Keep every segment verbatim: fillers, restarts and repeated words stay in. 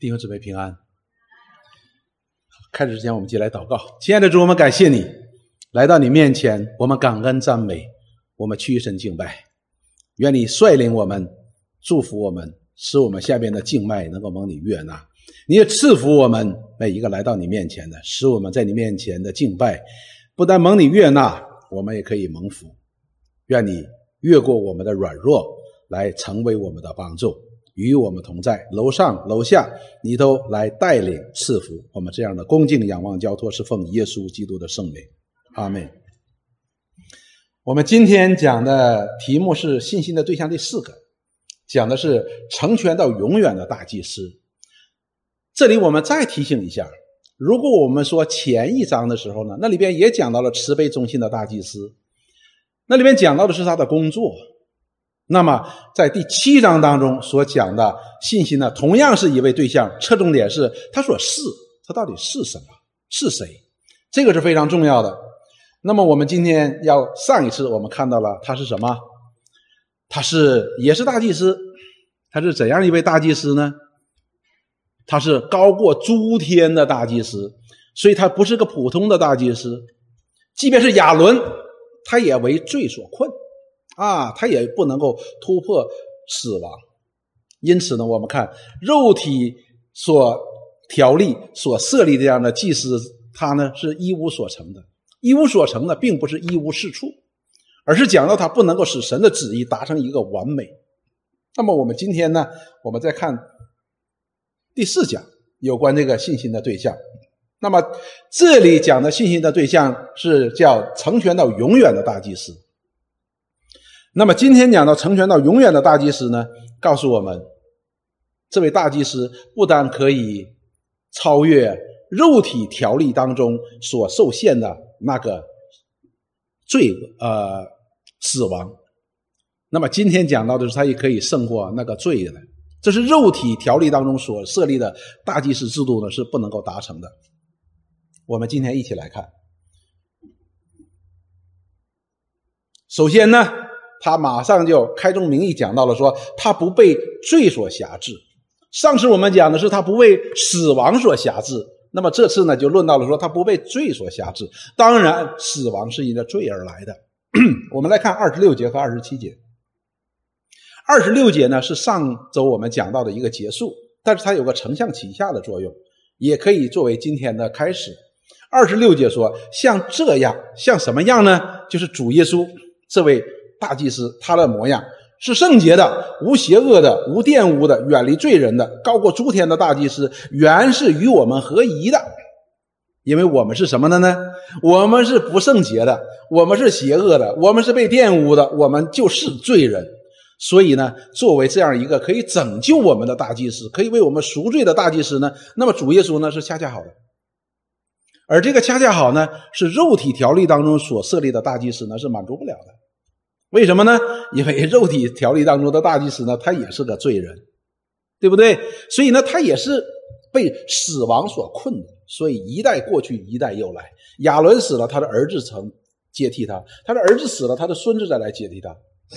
弟兄姊妹平安。开始之前我们一起来祷告。亲爱的主，我们感谢你来到你面前，我们感恩赞美，我们屈身敬拜。愿你率领我们，祝福我们，使我们下面的敬拜能够蒙你悦纳。你也赐福我们每一个来到你面前的，使我们在你面前的敬拜不但蒙你悦纳，我们也可以蒙福。愿你越过我们的软弱来成为我们的帮助，与我们同在，楼上楼下你都来带领赐福。我们这样的恭敬仰望交托是奉耶稣基督的圣名，阿们。我们今天讲的题目是信心的对象第四个，讲的是成全到永远的大祭司。这里我们再提醒一下，如果我们说前一章的时候呢，那里边也讲到了慈悲忠心的大祭司，那里边讲到的是他的工作。那么在第七章当中所讲的信心呢，同样是一位对象，侧重点是他所是，他到底是什么，是谁，这个是非常重要的。那么我们今天要上一次我们看到了他是什么，他是也是大祭司。他是怎样一位大祭司呢？他是高过诸天的大祭司，所以他不是个普通的大祭司。即便是亚伦，他也为罪所困啊，他也不能够突破死亡。因此呢，我们看肉体所条例所设立这样的祭司，他呢是一无所成的。一无所成的并不是一无是处，而是讲到他不能够使神的旨意达成一个完美。那么我们今天呢，我们再看第四讲有关这个信心的对象。那么这里讲的信心的对象是叫成全到永远的大祭司。那么今天讲到成全到永远的大祭司呢，告诉我们这位大祭司不但可以超越肉体条例当中所受限的那个罪呃死亡，那么今天讲到的是他也可以胜过那个罪的。这是肉体条例当中所设立的大祭司制度呢，是不能够达成的。我们今天一起来看。首先呢，他马上就开宗明义讲到了说他不被罪所辖制。上次我们讲的是他不被死亡所辖制，那么这次呢就论到了说他不被罪所辖制。当然死亡是因着罪而来的。我们来看二十六节和二十七节。二十六节呢是上周我们讲到的一个结束，但是它有个承上启下的作用，也可以作为今天的开始。二十六节说像这样，像什么样呢？就是主耶稣这位大祭司，他的模样是圣洁的，无邪恶的，无玷污的，远离罪人的，高过诸天的大祭司，原是与我们合宜的。因为我们是什么的呢？我们是不圣洁的，我们是邪恶的，我们是被玷污的，我们就是罪人。所以呢，作为这样一个可以拯救我们的大祭司，可以为我们赎罪的大祭司呢，那么主耶稣呢是恰恰好的。而这个恰恰好呢，是肉体条例当中所设立的大祭司呢是满足不了的。为什么呢？因为肉体条例当中的大祭司呢，他也是个罪人，对不对？所以呢，他也是被死亡所困的。所以一代过去，一代又来。亚伦死了，他的儿子曾接替他，他的儿子死了，他的孙子再来接替他。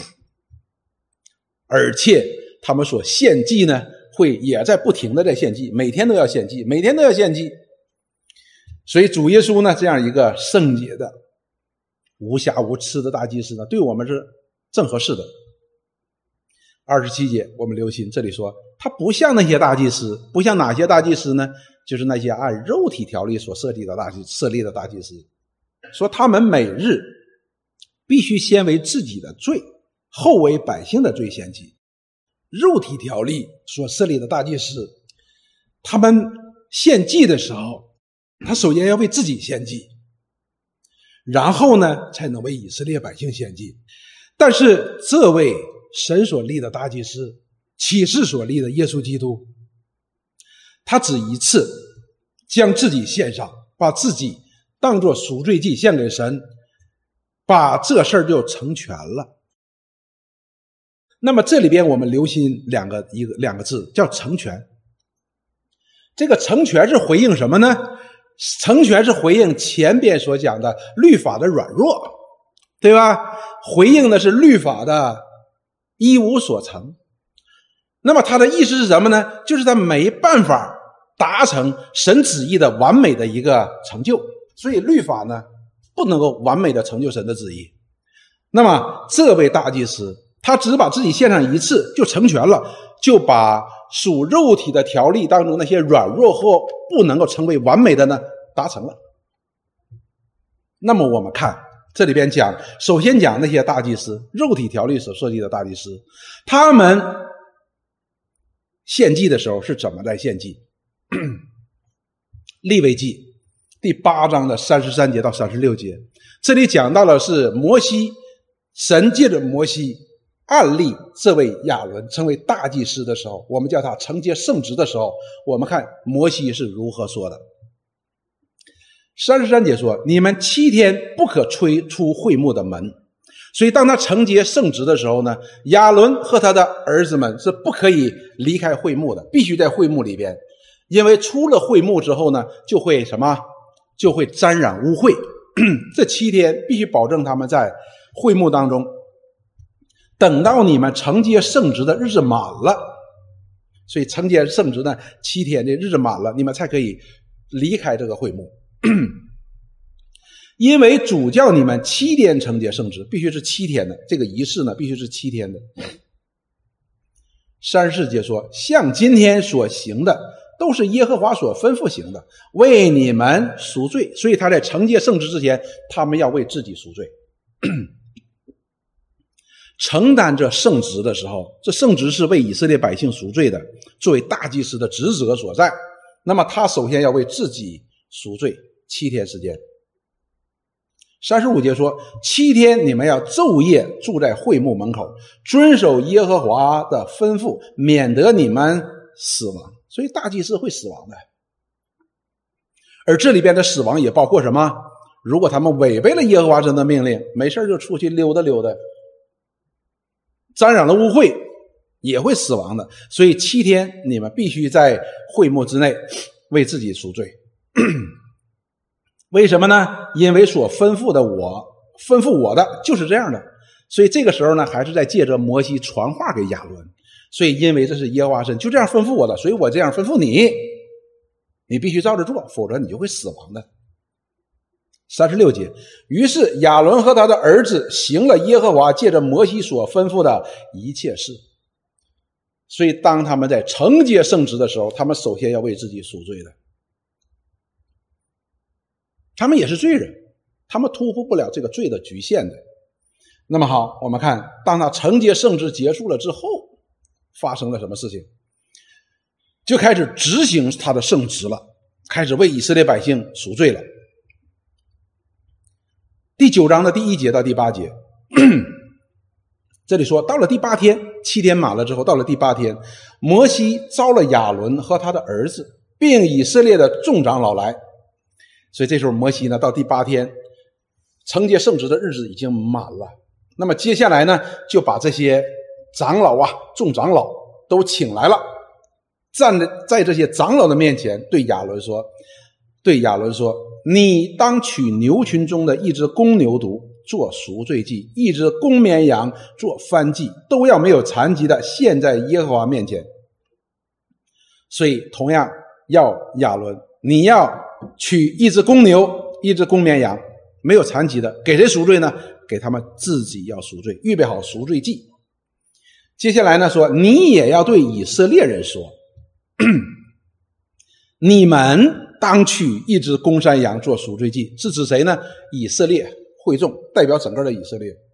而且他们所献祭呢，会也在不停的在献祭，每天都要献祭，每天都要献祭。所以主耶稣呢，这样一个圣洁的无瑕无疵的大祭司呢，对我们是正合适的。二十七节我们留心，这里说他不像那些大祭司，不像哪些大祭司呢？就是那些按肉体条例所设立的大祭设立的大祭司，说他们每日必须先为自己的罪，后为百姓的罪献祭。肉体条例所设立的大祭司，他们献祭的时候，他首先要为自己献祭，然后呢才能为以色列百姓献祭。但是这位神所立的大祭司，启示所立的耶稣基督，他只一次将自己献上，把自己当作赎罪祭献给神，把这事儿就成全了。那么这里边我们留心两个一个两个字，叫成全。这个成全是回应什么呢？成全是回应前边所讲的律法的软弱，对吧？回应的是律法的一无所成。 那么他的意思是什么呢？就是他没办法达成神旨意的完美的一个成就，所以律法呢不能够完美的成就神的旨意。那么这位大祭司他只把自己献上一次就成全了，就把属肉体的条例当中那些软弱或不能够成为完美的呢达成了。那么我们看这里边讲，首先讲那些大祭司，肉体条例所设计的大祭司，他们献祭的时候是怎么在献祭？利未记第八章的三十三节到三十六节，这里讲到了是摩西，神借着摩西按立这位亚伦成为大祭司的时候，我们叫他承接圣职的时候，我们看摩西是如何说的。三十三节说，你们七天不可吹出会幕的门。所以当他承接圣职的时候呢，亚伦和他的儿子们是不可以离开会幕的，必须在会幕里边，因为出了会幕之后呢，就会什么？就会沾染污秽。这七天必须保证他们在会幕当中，等到你们承接圣职的日子满了，所以承接圣职呢，七天的日子满了，你们才可以离开这个会幕。因为主叫你们七天承接圣职，必须是七天的，这个仪式呢必须是七天的。三十四节说，像今天所行的都是耶和华所吩咐行的，为你们赎罪。所以他在承接圣职之前，他们要为自己赎罪。承担这圣职的时候，这圣职是为以色列百姓赎罪的，作为大祭司的职责所在。那么他首先要为自己赎罪，七天时间。三十五节说，七天你们要昼夜住在会幕门口，遵守耶和华的吩咐，免得你们死亡。所以大祭司会死亡的。而这里边的死亡也包括什么？如果他们违背了耶和华神的命令，没事就出去溜达溜达，沾染了污秽，也会死亡的。所以七天你们必须在会幕之内为自己赎罪。为什么呢？因为所吩咐的我吩咐我的就是这样的。所以这个时候呢，还是在借着摩西传话给亚伦。所以因为这是耶和华神就这样吩咐我的，所以我这样吩咐你，你必须照着做，否则你就会死亡的。三十六节，于是亚伦和他的儿子行了耶和华借着摩西所吩咐的一切事。所以当他们在承接圣职的时候，他们首先要为自己赎罪的。他们也是罪人，他们突破不了这个罪的局限的。那么好，我们看当他承接圣职结束了之后，发生了什么事情？就开始执行他的圣职了，开始为以色列百姓赎罪了。第九章的第一节到第八节，这里说，到了第八天，七天满了之后，到了第八天，摩西召了亚伦和他的儿子，并以色列的众长老来。所以这时候摩西呢，到第八天承接圣职的日子已经满了。那么接下来呢，就把这些长老啊、众长老都请来了，站在这些长老的面前，对亚伦说：“对亚伦说，你当取牛群中的一只公牛犊做赎罪祭，一只公绵羊做燔祭，都要没有残疾的献在耶和华面前。所以同样要亚伦，你要取一只公牛，一只公绵羊，没有残疾的，给谁赎罪呢？给他们自己要赎罪，预备好赎罪祭。接下来呢说，你也要对以色列人说，你们当取一只公山羊做赎罪祭。是指谁呢？以色列会众，代表整个的以色列。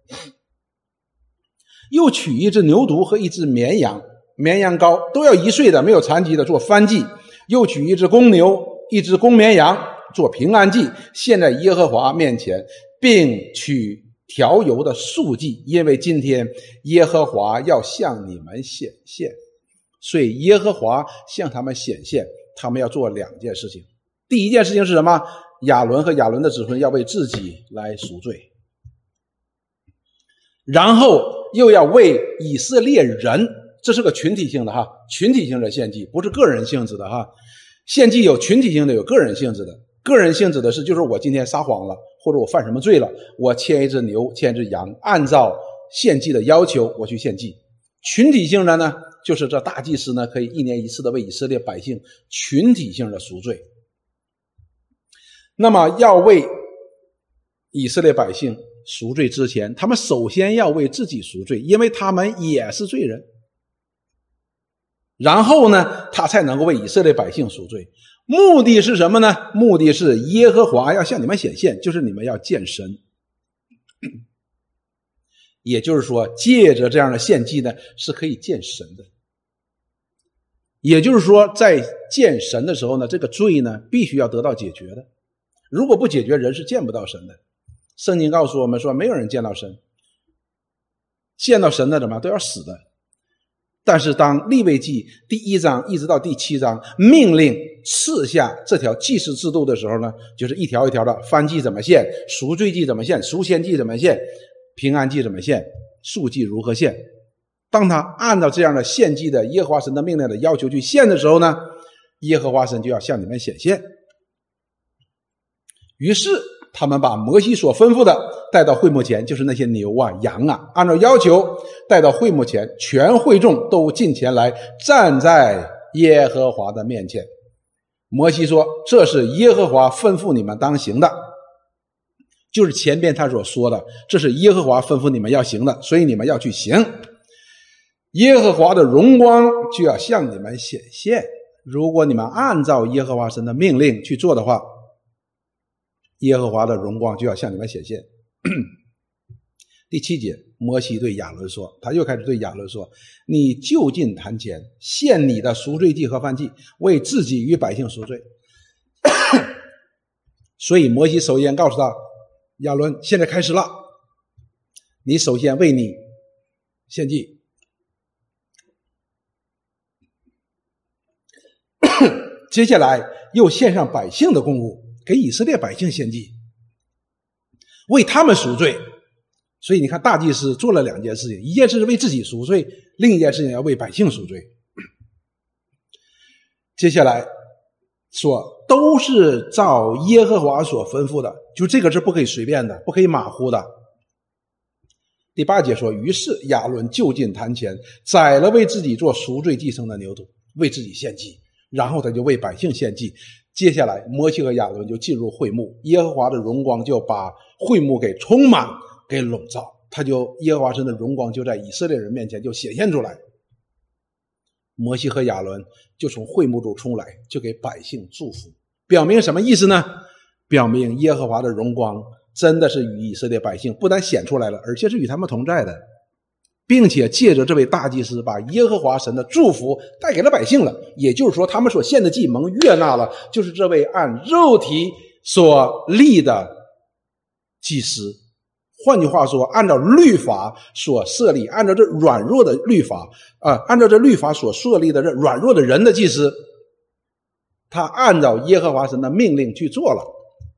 又取一只牛犊和一只绵羊，绵羊羔都要一岁的，没有残疾的做燔祭。又取一只公牛，一只公绵羊做平安祭，献在耶和华面前，并取调油的素祭，因为今天耶和华要向你们显现。所以耶和华向他们显现，他们要做两件事情。第一件事情是什么？亚伦和亚伦的子孙要为自己来赎罪，然后又要为以色列人，这是个群体性的哈，群体性的献祭，不是个人性质的哈。献祭有群体性的，有个人性质的。个人性质的是，就是我今天撒谎了，或者我犯什么罪了，我牵一只牛，牵一只羊，按照献祭的要求我去献祭。群体性的呢， 就是这大祭司呢可以一年一次的为以色列百姓群体性的赎罪。那么要为以色列百姓赎罪之前，他们首先要为自己赎罪，因为他们也是罪人。然后呢，他才能够为以色列百姓赎罪。目的是什么呢？目的是耶和华要向你们显现，就是你们要见神。也就是说，借着这样的献祭呢，是可以见神的。也就是说，在见神的时候呢，这个罪呢必须要得到解决的。如果不解决，人是见不到神的。圣经告诉我们说，没有人见到神，见到神的怎么都要死的。但是当利未记第一章一直到第七章命令赐下这条祭祀制度的时候呢，就是一条一条的燔祭怎么献，赎罪祭怎么献，赎愆祭怎么献，平安祭怎么献，素祭如何献。当他按照这样的献祭的耶和华神的命令的要求去献的时候呢，耶和华神就要向你们显现。于是他们把摩西所吩咐的带到会幕前，就是那些牛啊羊啊，按照要求带到会幕前，全会众都进前来，站在耶和华的面前。摩西说，这是耶和华吩咐你们当行的，就是前边他所说的，这是耶和华吩咐你们要行的，所以你们要去行。耶和华的荣光就要向你们显现，如果你们按照耶和华神的命令去做的话，耶和华的荣光就要向你们显现。第七节，摩西对亚伦说，他又开始对亚伦说，你就近坛前献你的赎罪祭和燔祭，为自己与百姓赎罪。所以摩西首先告诉他，亚伦，现在开始了，你首先为你献祭。接下来又献上百姓的供物，给以色列百姓献祭，为他们赎罪。所以你看，大祭司做了两件事情，一件事是为自己赎罪，另一件事情要为百姓赎罪。接下来说，都是照耶和华所吩咐的，就这个是不可以随便的，不可以马虎的。第八节说，于是亚伦就近坛前，宰了为自己做赎罪祭牲的牛犊，为自己献祭，然后他就为百姓献祭。接下来摩西和亚伦就进入会幕，耶和华的荣光就把会幕给充满，给笼罩，他就耶和华神的荣光就在以色列人面前就显现出来。摩西和亚伦就从会幕中出来，就给百姓祝福，表明什么意思呢？表明耶和华的荣光真的是与以色列百姓不但显出来了，而且是与他们同在的，并且借着这位大祭司把耶和华神的祝福带给了百姓了。也就是说，他们所献的祭蒙悦纳了，就是这位按肉体所立的祭司。换句话说，按照律法所设立，按照这软弱的律法啊、呃，按照这律法所设立的这软弱的人的祭司，他按照耶和华神的命令去做了，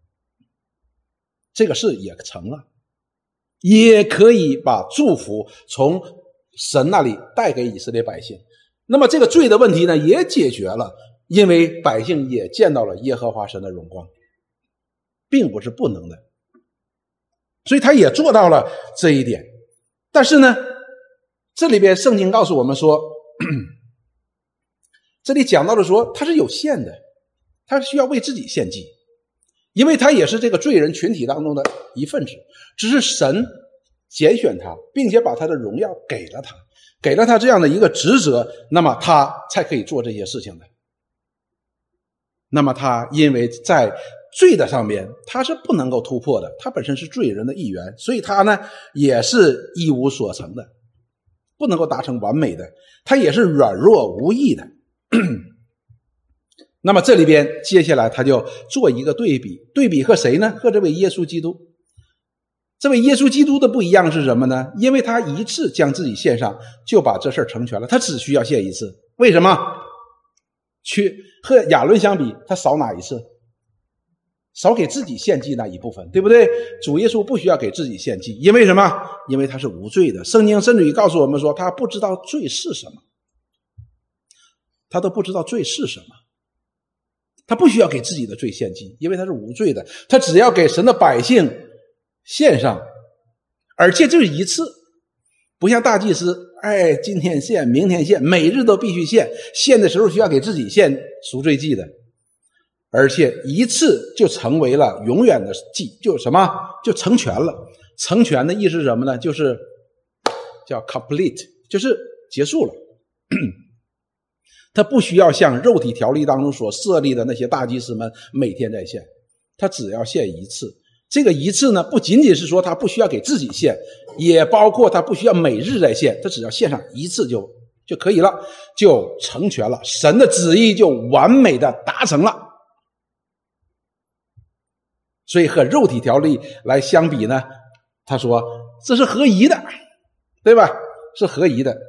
这个事也成了，也可以把祝福从神那里带给以色列百姓。那么这个罪的问题呢，也解决了，因为百姓也见到了耶和华神的荣光，并不是不能的。所以他也做到了这一点。但是呢，这里边圣经告诉我们说，这里讲到的说他是有限的，他需要为自己献祭，因为他也是这个罪人群体当中的一份子，只是神拣选他，并且把他的荣耀给了他，给了他这样的一个职责，那么他才可以做这些事情的。那么他因为在罪的上面他是不能够突破的，他本身是罪人的一员，所以他呢也是一无所成的，不能够达成完美的，他也是软弱无益的。那么这里边接下来他就做一个对比，对比和谁呢？和这位耶稣基督。这位耶稣基督的不一样是什么呢？因为他一次将自己献上，就把这事儿成全了，他只需要献一次。为什么？去和亚伦相比，他少哪一次？少给自己献祭那一部分，对不对？主耶稣不需要给自己献祭，因为什么？因为他是无罪的。圣经甚至于告诉我们说，他不知道罪是什么，他都不知道罪是什么，他不需要给自己的罪献祭，因为他是无罪的，他只要给神的百姓献上，而且就是一次， 不像大祭司，哎，今天献，明天献，每日都必须献，献的时候需要给自己献赎罪祭的，而且一次就成为了永远的祭，就什么？就成全了。成全的意思是什么呢？就是叫 complete， 就是结束了。他不需要像肉体条例当中所设立的那些大祭司们每天在献，他只要献一次。这个一次呢，不仅仅是说他不需要给自己献，也包括他不需要每日在献，他只要献上一次就就可以了，就成全了，神的旨意就完美的达成了。所以和肉体条例来相比呢，他说这是合宜的，对吧？是合宜的。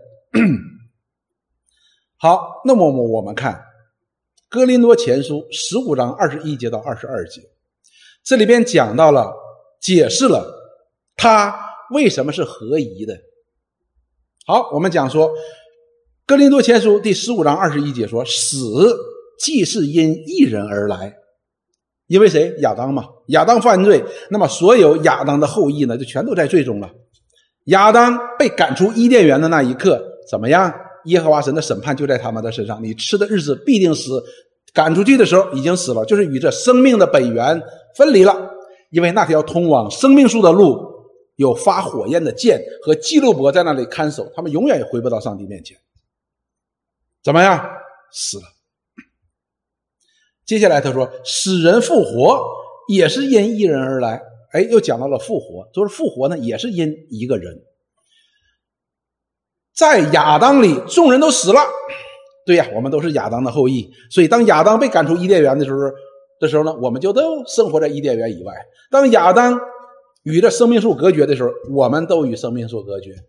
好，那么我们看哥林多前书十五章二十一节到二十二节，这里边讲到了，解释了它为什么是合宜的。好，我们讲说哥林多前书第十五章二十一节说，死既是因一人而来，因为谁？亚当嘛。亚当犯罪，那么所有亚当的后裔呢，就全都在罪中了。亚当被赶出伊甸园的那一刻，怎么样？耶和华神的审判就在他们的身上，你吃的日子必定死。赶出去的时候已经死了，就是与这生命的本源分离了。因为那条通往生命树的路有发火焰的剑和基路伯在那里看守，他们永远也回不到上帝面前。怎么样？死了。接下来他说，使人复活也是因一人而来。哎，又讲到了复活，就是复活呢也是因一个人。在亚当里众人都死了，对呀，我们都是亚当的后裔，所以当亚当被赶出伊甸园的时候的时候呢，我们就都生活在伊甸园以外。当亚当与这生命树隔绝的时候，我们都与生命树隔绝。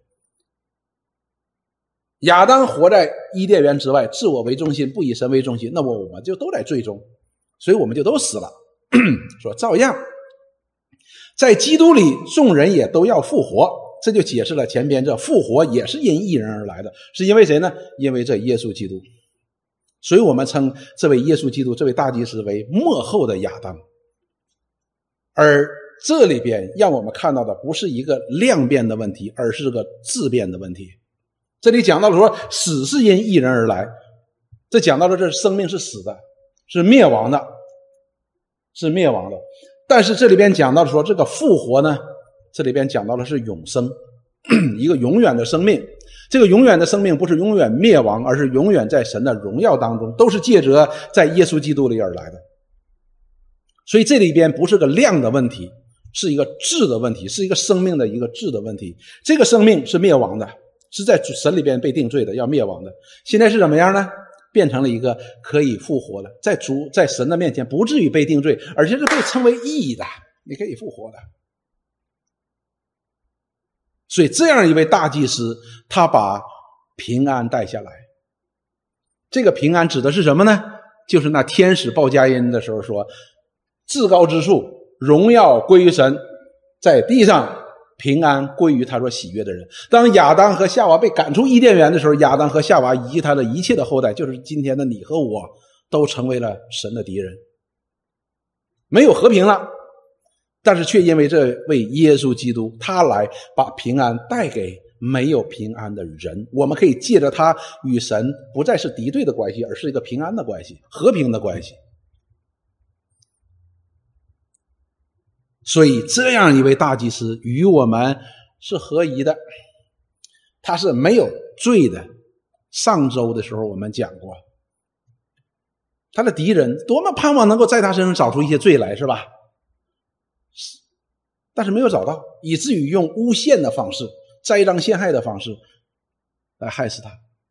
亚当活在伊甸园之外，自我为中心，不以神为中心，那么我们就都在罪中，所以我们就都死了。说照样在基督里众人也都要复活，这就解释了前边这复活也是因一人而来的，是因为谁呢？因为这耶稣基督。所以我们称这位耶稣基督，这位大祭司为末后的亚当。而这里边让我们看到的不是一个量变的问题，而是个质变的问题。这里讲到了说死是因一人而来，这讲到了这生命是死的，是灭亡的，是灭亡的。但是这里边讲到了说这个复活呢，这里边讲到的是永生，一个永远的生命。这个永远的生命不是永远灭亡，而是永远在神的荣耀当中，都是借着在耶稣基督里而来的。所以这里边不是个量的问题，是一个质的问题，是一个生命的一个质的问题。这个生命是灭亡的，是在神里边被定罪的，要灭亡的。现在是怎么样呢？变成了一个可以复活的，在主在神的面前不至于被定罪，而且是被称为义的，你可以复活的。所以这样一位大祭司，他把平安带下来。这个平安指的是什么呢？就是那天使报佳音的时候说，至高之处荣耀归于神，在地上平安归于他所喜悦的人。当亚当和夏娃被赶出伊甸园的时候，亚当和夏娃以及他的一切的后代，就是今天的你和我，都成为了神的敌人，没有和平了。但是却因为这位耶稣基督，他来把平安带给没有平安的人，我们可以借着他与神不再是敌对的关系，而是一个平安的关系，和平的关系。所以这样一位大祭司与我们是合宜的，他是没有罪的。上周的时候我们讲过，他的敌人多么盼望能够在他身上找出一些罪来，是吧？但是没有找到，以至于用诬陷的方式，栽赃陷害的方式来害死他。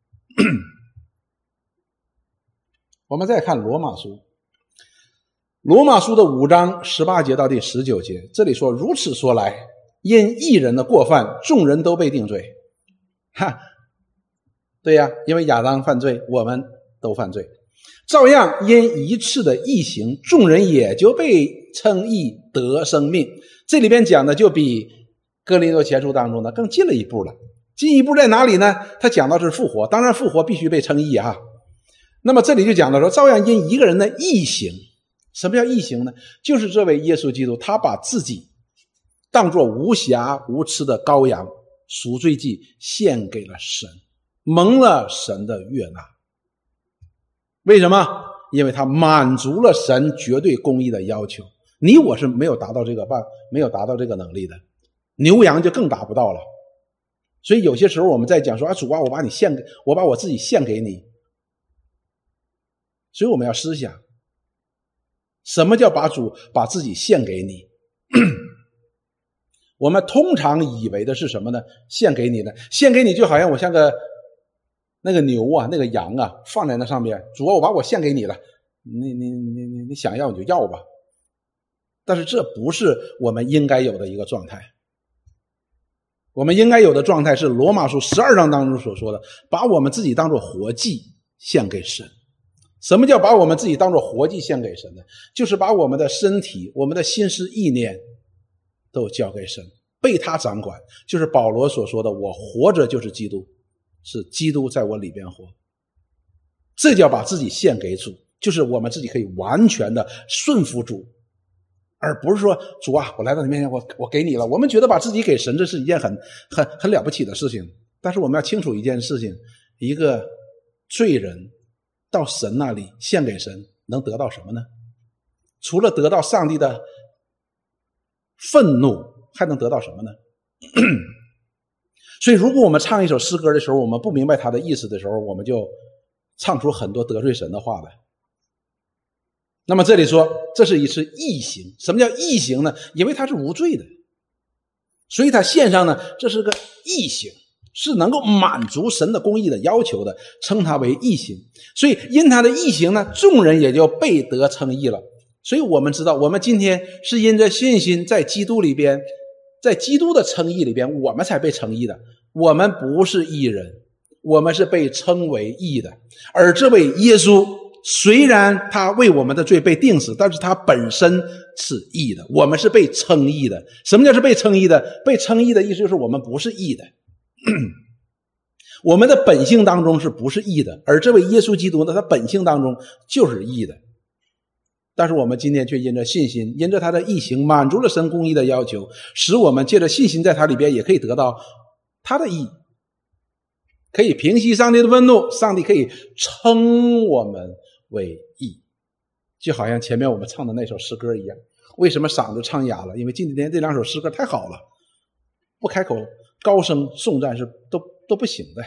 我们再看罗马书，罗马书的五章十八节到第十九节，这里说，如此说来，因一人的过犯，众人都被定罪。哈，对呀，因为亚当犯罪，我们都犯罪。照样因一次的义行，众人也就被称义得生命。这里边讲的就比哥林多前书当中呢更进了一步了。进一步在哪里呢？他讲到是复活，当然复活必须被称义啊。那么这里就讲到说，照样因一个人的义行。什么叫义行呢？就是这位耶稣基督，他把自己当作无瑕无疵的羔羊， 赎罪祭献给了神，蒙了神的悦纳。为什么？因为他满足了神绝对公义的要求。你我是没有达到这个办，没有达到这个能力的，牛羊就更达不到了。所以有些时候我们在讲说啊，主啊，我把你献给，我把我自己献给你。所以我们要思想，什么叫把主把自己献给你？我们通常以为的是什么呢？献给你呢？献给你就好像我像个那个牛啊，那个羊啊，放在那上面，主啊，我把我献给你了，你你你你你想要你就要吧。但是这不是我们应该有的一个状态。我们应该有的状态是罗马书十二章当中所说的，把我们自己当作活祭献给神。什么叫把我们自己当作活祭献给神呢？就是把我们的身体、我们的心思意念都交给神，被他掌管。就是保罗所说的，我活着就是基督，是基督在我里边活。这叫把自己献给主，就是我们自己可以完全的顺服主，而不是说主啊，我来到你面前，我我给你了。我们觉得把自己给神，这是一件很很很了不起的事情。但是我们要清楚一件事情，一个罪人到神那里献给神，能得到什么呢？除了得到上帝的愤怒，还能得到什么呢？所以如果我们唱一首诗歌的时候，我们不明白它的意思的时候，我们就唱出很多得罪神的话来。那么这里说这是一次异行。什么叫异行呢？因为他是无罪的，所以他献上呢，这是个异行，是能够满足神的公义的要求的，称他为义行。所以因他的义行呢，众人也就被得称义了。所以我们知道，我们今天是因着信心在基督里边，在基督的称义里边，我们才被称义的。我们不是义人，我们是被称为义的。而这位耶稣虽然他为我们的罪被钉死，但是他本身是义的，我们是被称义的。什么叫是被称义的？被称义的意思就是我们不是义的，我们的本性当中是不是义的，而这位耶稣基督呢，他本性当中就是义的。但是我们今天却因着信心，因着他的义行满足了神公义的要求，使我们借着信心在他里边也可以得到他的义，可以平息上帝的愤怒，上帝可以称我们为义。就好像前面我们唱的那首诗歌一样，为什么嗓子唱哑了？因为今天这两首诗歌太好了，不开口高声颂赞是都都不行的。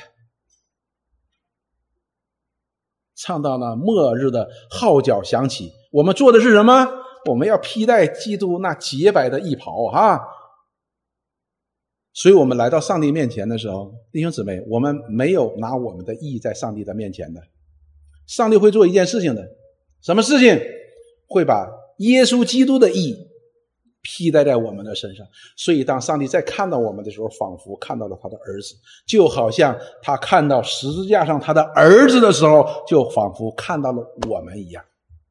唱到了末日的号角响起，我们做的是什么？我们要披戴基督那洁白的义袍哈。所以我们来到上帝面前的时候，弟兄姊妹，我们没有拿我们的义在上帝的面前的。上帝会做一件事情的，什么事情？会把耶稣基督的义披戴在我们的身上。所以当上帝在看到我们的时候，仿佛看到了他的儿子，就好像他看到十字架上他的儿子的时候，就仿佛看到了我们一样。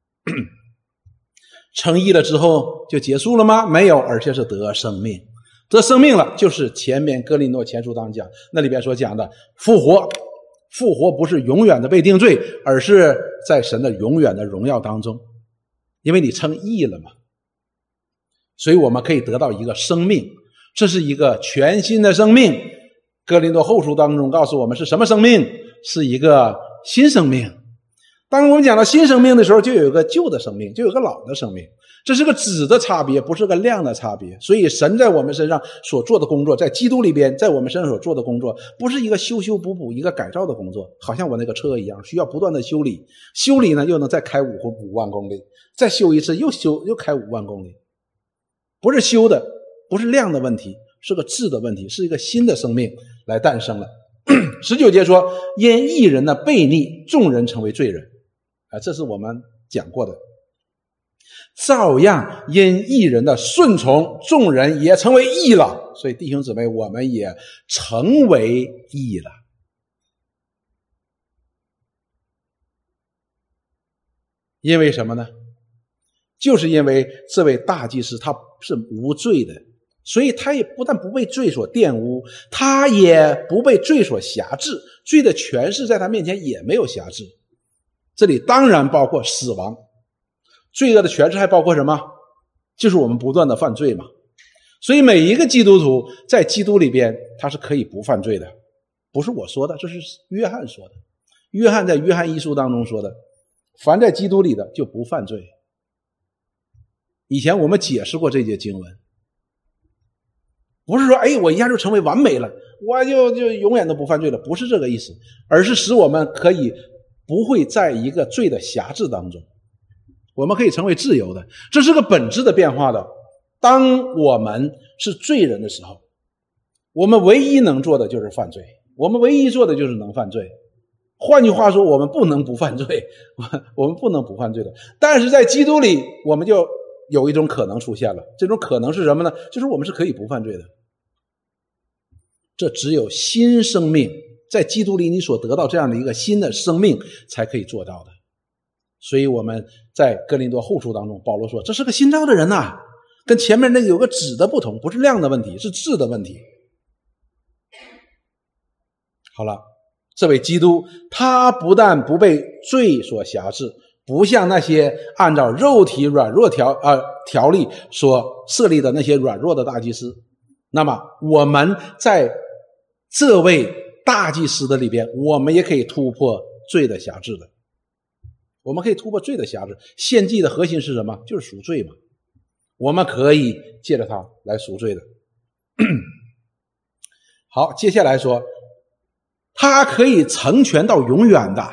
称义了之后就结束了吗？没有，而且是得生命。得生命了，就是前面哥林多前书当讲那里边所讲的复活。复活不是永远的被定罪，而是在神的永远的荣耀当中，因为你称义了嘛。所以我们可以得到一个生命，这是一个全新的生命。哥林多后书当中告诉我们是什么生命？是一个新生命。当我们讲到新生命的时候，就有一个旧的生命，就有个老的生命。这是个质的差别，不是个量的差别。所以神在我们身上所做的工作，在基督里边在我们身上所做的工作，不是一个修修补补一个改造的工作，好像我那个车一样，需要不断的修理，修理呢又能再开五五万公里，再修一次又修又开五万公里。不是修的，不是量的问题，是个质的问题，是一个新的生命来诞生了。十九节说，因义人的悖逆，众人成为罪人啊，这是我们讲过的。照样因义人的顺从，众人也成为义了。所以弟兄姊妹，我们也成为义了。因为什么呢？就是因为这位大祭司他是无罪的，所以他也不但不被罪所玷污，他也不被罪所辖制，罪的权势在他面前也没有辖制。这里当然包括死亡，罪恶的权势还包括什么？就是我们不断的犯罪嘛。 所以每一个基督徒在基督里边他是可以不犯罪的，不是我说的，这是约翰说的。约翰在约翰一书当中说的，凡在基督里的就不犯罪。以前我们解释过这节经文，不是说哎，我一下就成为完美了，我就就永远都不犯罪了，不是这个意思，而是使我们可以不会在一个罪的辖制当中，我们可以成为自由的，这是个本质的变化的。当我们是罪人的时候，我们唯一能做的就是犯罪，我们唯一做的就是能犯罪。换句话说，我们不能不犯罪，我们不能不犯罪的。但是在基督里，我们就有一种可能出现了，这种可能是什么呢？就是我们是可以不犯罪的。这只有新生命，在基督里你所得到这样的一个新的生命才可以做到的。所以我们在哥林多后书当中，保罗说这是个新造的人呐，跟前面那个有个质的不同，不是量的问题，是质的问题。好了，这位基督他不但不被罪所辖制，不像那些按照肉体软弱条呃条例所设立的那些软弱的大祭司，那么我们在这位大祭司的里边，我们也可以突破罪的辖制的。我们可以突破罪的辖制。献祭的核心是什么？就是赎罪嘛。我们可以借着它来赎罪的。好，接下来说它可以成全到永远的。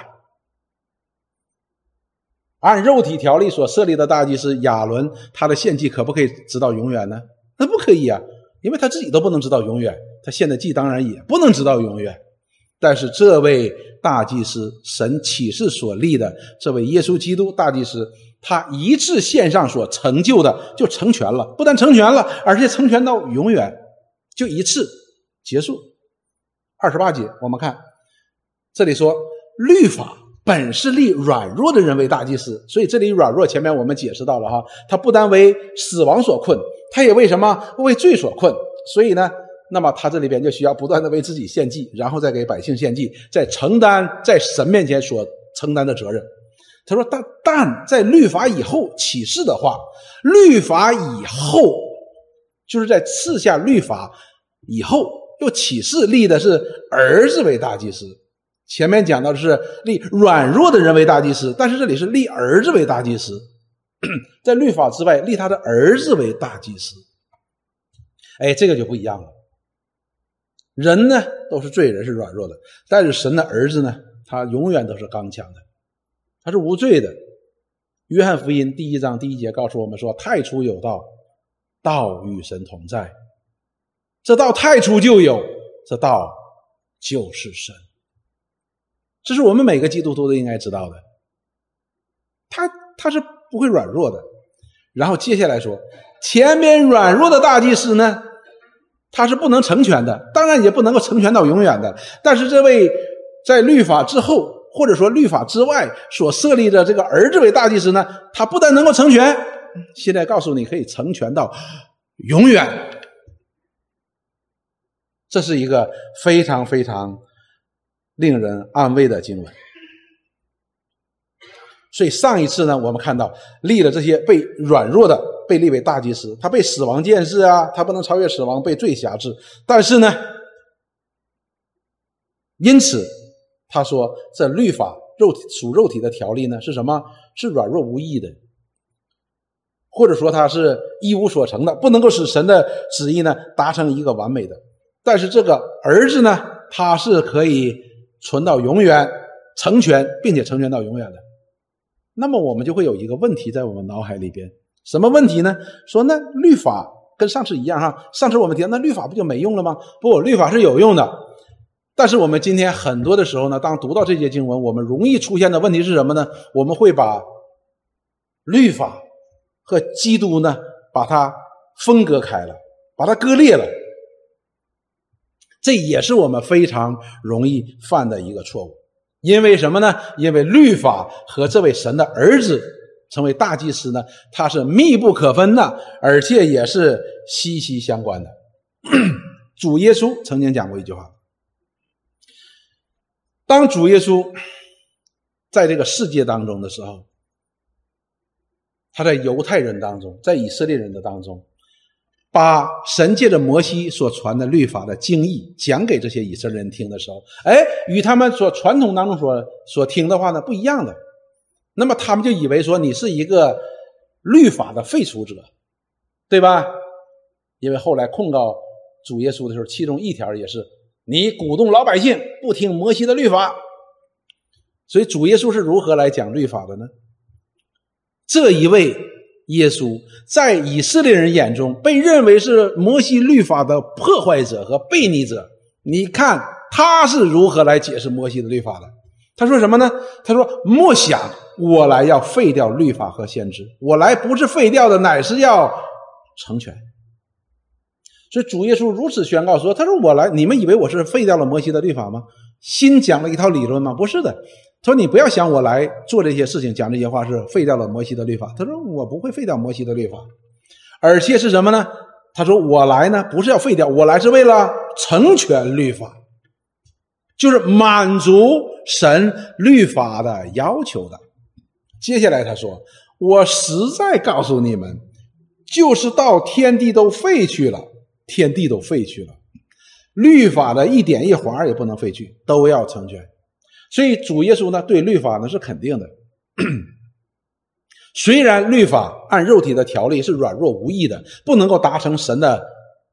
按肉体条例所设立的大祭司亚伦，他的献祭可不可以直到永远呢？那不可以啊，因为他自己都不能直到永远，他献的祭当然也不能直到永远。但是这位大祭司，神启示所立的这位耶稣基督大祭司，他一次献上所成就的就成全了，不但成全了，而且成全到永远，就一次结束。二十八节我们看这里说，律法本是立软弱的人为大祭司，所以这里软弱前面我们解释到了哈，他不单为死亡所困，他也为什么？为罪所困。所以呢，那么他这里边就需要不断的为自己献祭，然后再给百姓献祭，再承担在神面前所承担的责任。他说但但在律法以后启示的话，律法以后就是在赐下律法以后又启示立的是儿子为大祭司。前面讲到的是立软弱的人为大祭司，但是这里是立儿子为大祭司，在律法之外立他的儿子为大祭司。哎，这个就不一样了。人呢都是罪人，是软弱的，但是神的儿子呢，他永远都是刚强的，他是无罪的。约翰福音第一章第一节告诉我们说，太初有道，道与神同在，这道太初就有，这道就是神。这是我们每个基督徒都应该知道的，他他是不会软弱的。然后接下来说，前面软弱的大祭司呢，他是不能成全的，当然也不能够成全到永远的。但是这位在律法之后，或者说律法之外所设立的这个儿子为大祭司呢，他不但能够成全，现在告诉你可以成全到永远。这是一个非常非常令人安慰的经文。所以上一次呢，我们看到立了这些被软弱的被立为大祭司，他被死亡监视啊，他不能超越死亡，被罪辖制。但是呢，因此他说这律法肉体属肉体的条例呢是什么？是软弱无益的，或者说它是一无所成的，不能够使神的旨意呢达成一个完美的。但是这个儿子呢，他是可以存到永远，成全并且成全到永远的。那么我们就会有一个问题在我们脑海里边，什么问题呢？说那律法跟上次一样哈，上次我们提到那律法不就没用了吗？不，律法是有用的。但是我们今天很多的时候呢，当读到这些经文，我们容易出现的问题是什么呢？我们会把律法和基督呢把它分割开了，把它割裂了。这也是我们非常容易犯的一个错误。因为什么呢？因为律法和这位神的儿子成为大祭司呢，它是密不可分的，而且也是息息相关的。主耶稣曾经讲过一句话，当主耶稣在这个世界当中的时候，他在犹太人当中，在以色列人的当中， 把神借着摩西所传的律法的经义讲给这些以色列人听的时候，哎，与他们所传统当中所所听的话呢不一样的。那么他们就以为说你是一个律法的废除者，对吧？因为后来控告主耶稣的时候，其中一条也是你鼓动老百姓不听摩西的律法。所以主耶稣是如何来讲律法的呢？这一位耶稣在以色列人眼中被认为是摩西律法的破坏者和悖逆者，你看他是如何来解释摩西的律法的。他说什么呢？他说莫想我来要废掉律法和先知，我来不是废掉的，乃是要成全。所以主耶稣如此宣告说，他说我来，你们以为我是废掉了摩西的律法吗？新讲了一套理论吗？不是的。他说你不要想我来做这些事情讲这些话是废掉了摩西的律法。他说我不会废掉摩西的律法，而且是什么呢？他说我来呢不是要废掉，我来是为了成全律法，就是满足神律法的要求的。接下来他说我实在告诉你们，就是到天地都废去了，天地都废去了，律法的一点一划也不能废去，都要成全。所以主耶稣呢对律法呢是肯定的。虽然律法按肉体的条例是软弱无益的，不能够达成神的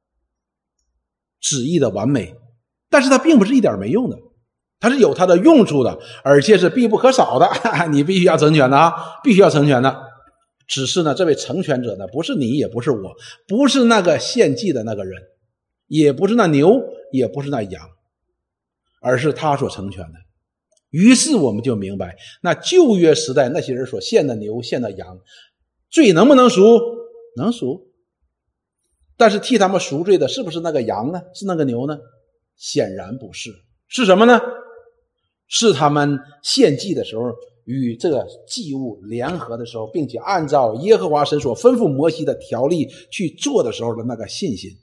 旨意的完美，但是它并不是一点没用的，它是有它的用处的，而且是必不可少的。你必须要成全的啊，必须要成全的。只是呢，这位成全者呢，不是你，也不是我，不是那个献祭的那个人，也不是那牛，也不是那羊，而是他所成全的。于是我们就明白，那旧约时代那些人所献的牛献的羊，罪能不能赎？能赎。但是替他们赎罪的是不是那个羊呢？是那个牛呢？显然不是。是什么呢？是他们献祭的时候与这个祭物联合的时候，并且按照耶和华神所吩咐摩西的条例去做的时候的那个信心。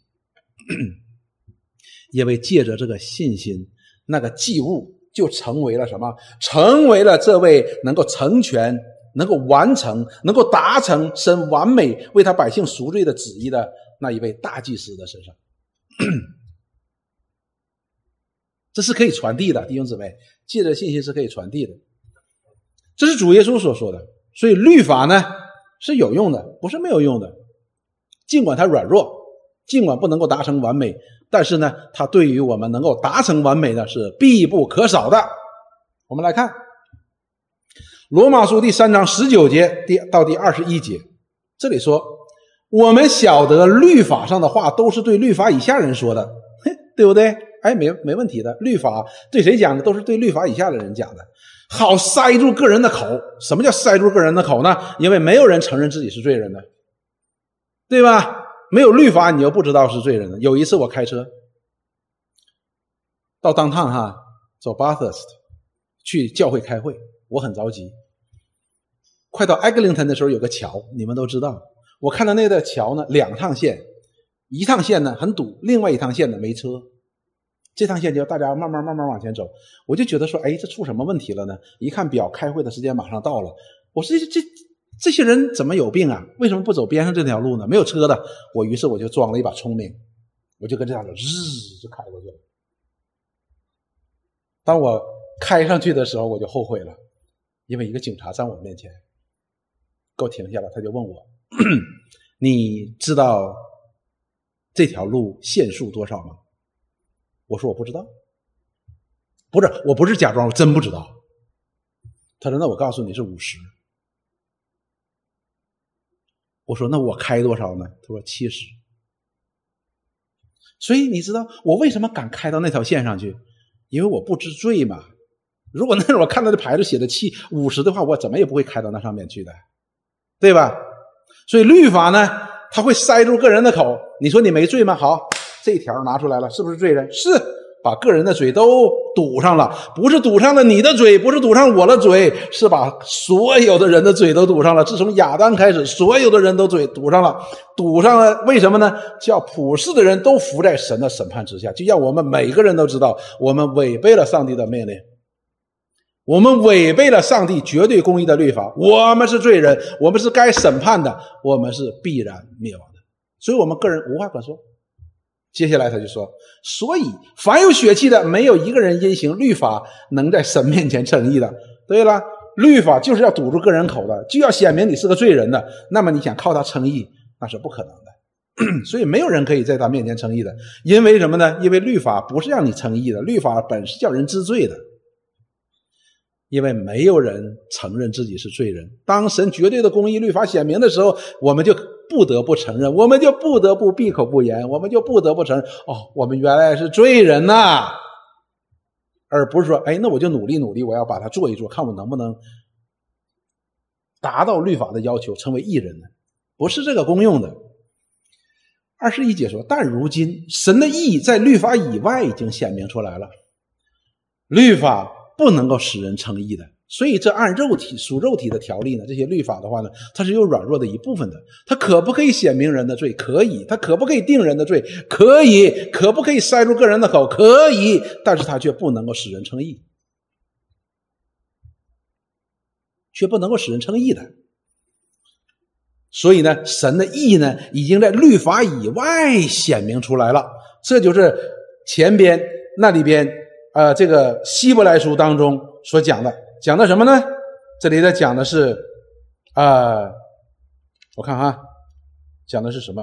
因为借着这个信心，那个祭物就成为了什么？成为了这位能够成全、能够完成、能够达成神完美为他百姓赎罪的旨意的那一位大祭司的身上。这是可以传递的，弟兄姊妹，借着信心是可以传递的。这是主耶稣所说的。所以律法呢是有用的，不是没有用的。尽管它软弱，尽管不能够达成完美，但是呢它对于我们能够达成完美呢是必不可少的。我们来看罗马书第三章十九节到第二十一节，这里说我们晓得律法上的话都是对律法以下人说的，嘿，对不对？哎，没没问题的。律法对谁讲的？都是对律法以下的人讲的，好塞住个人的口。什么叫塞住个人的口呢？因为没有人承认自己是罪人的，对吧？没有律法你又不知道是罪人的。有一次我开车到当趟哈，走 Bathurst 去教会开会，我很着急。快到 Eglinton 的时候有个桥，你们都知道。我看到那个桥呢，两趟线，一趟线呢很堵，另外一趟线呢没车。这趟线就大家慢慢慢慢往前走，我就觉得说，哎，这出什么问题了呢？一看表，开会的时间马上到了。我说这这这些人怎么有病啊？为什么不走边上这条路呢？没有车的。我于是我就装了一把聪明，我就跟这辆车日就开过去了。当我开上去的时候，我就后悔了，因为一个警察站我面前，给我停下了，他就问我，你知道这条路限速多少吗？我说我不知道。不是，我不是假装，我真不知道。他说那我告诉你是五十。我说那我开多少呢？他说七十。所以你知道我为什么敢开到那条线上去？因为我不知罪嘛。如果那时候我看到的牌子写的七五十的话，我怎么也不会开到那上面去的，对吧？所以律法呢，它会塞住个人的口。你说你没罪吗？好，这一条拿出来了，是不是罪人？是，把个人的嘴都堵上了，不是堵上了你的嘴，不是堵上我的嘴，是把所有的人的嘴都堵上了。自从亚当开始，所有的人都嘴堵上了，堵上了。为什么呢？叫普世的人都服在神的审判之下，就让我们每个人都知道，我们违背了上帝的命令，我们违背了上帝绝对公义的律法，我们是罪人，我们是该审判的，我们是必然灭亡的。 所以我们个人无话可说。接下来他就说，所以凡有血气的，没有一个人因行律法能在神面前称义的。对了，律法就是要堵住个人口的，就要显明你是个罪人的，那么你想靠他称义，那是不可能的。所以没有人可以在他面前称义的。因为什么呢？因为律法不是让你称义的，律法本是叫人知罪的。因为没有人承认自己是罪人，当神绝对的公义律法显明的时候，我们就不得不承认，我们就不得不闭口不言，我们就不得不承认，哦，我们原来是罪人呐，而不是说，哎，那我就努力努力，我要把它做一做，看我能不能达到律法的要求，成为义人呢？不是这个功用的。二十一节说，但如今神的义在律法以外已经显明出来了，律法不能够使人称义的，所以这按肉体属肉体的条例呢，这些律法的话呢，它是有软弱的一部分的。它可不可以显明人的罪？可以。它可不可以定人的罪？可以。可不可以塞入个人的口？可以。但是它却不能够使人称义，却不能够使人称义的。所以呢，神的义呢，已经在律法以外显明出来了。这就是前边那里边呃，这个希伯来书当中所讲的，讲的什么呢？这里的讲的是，呃，我看哈，讲的是什么？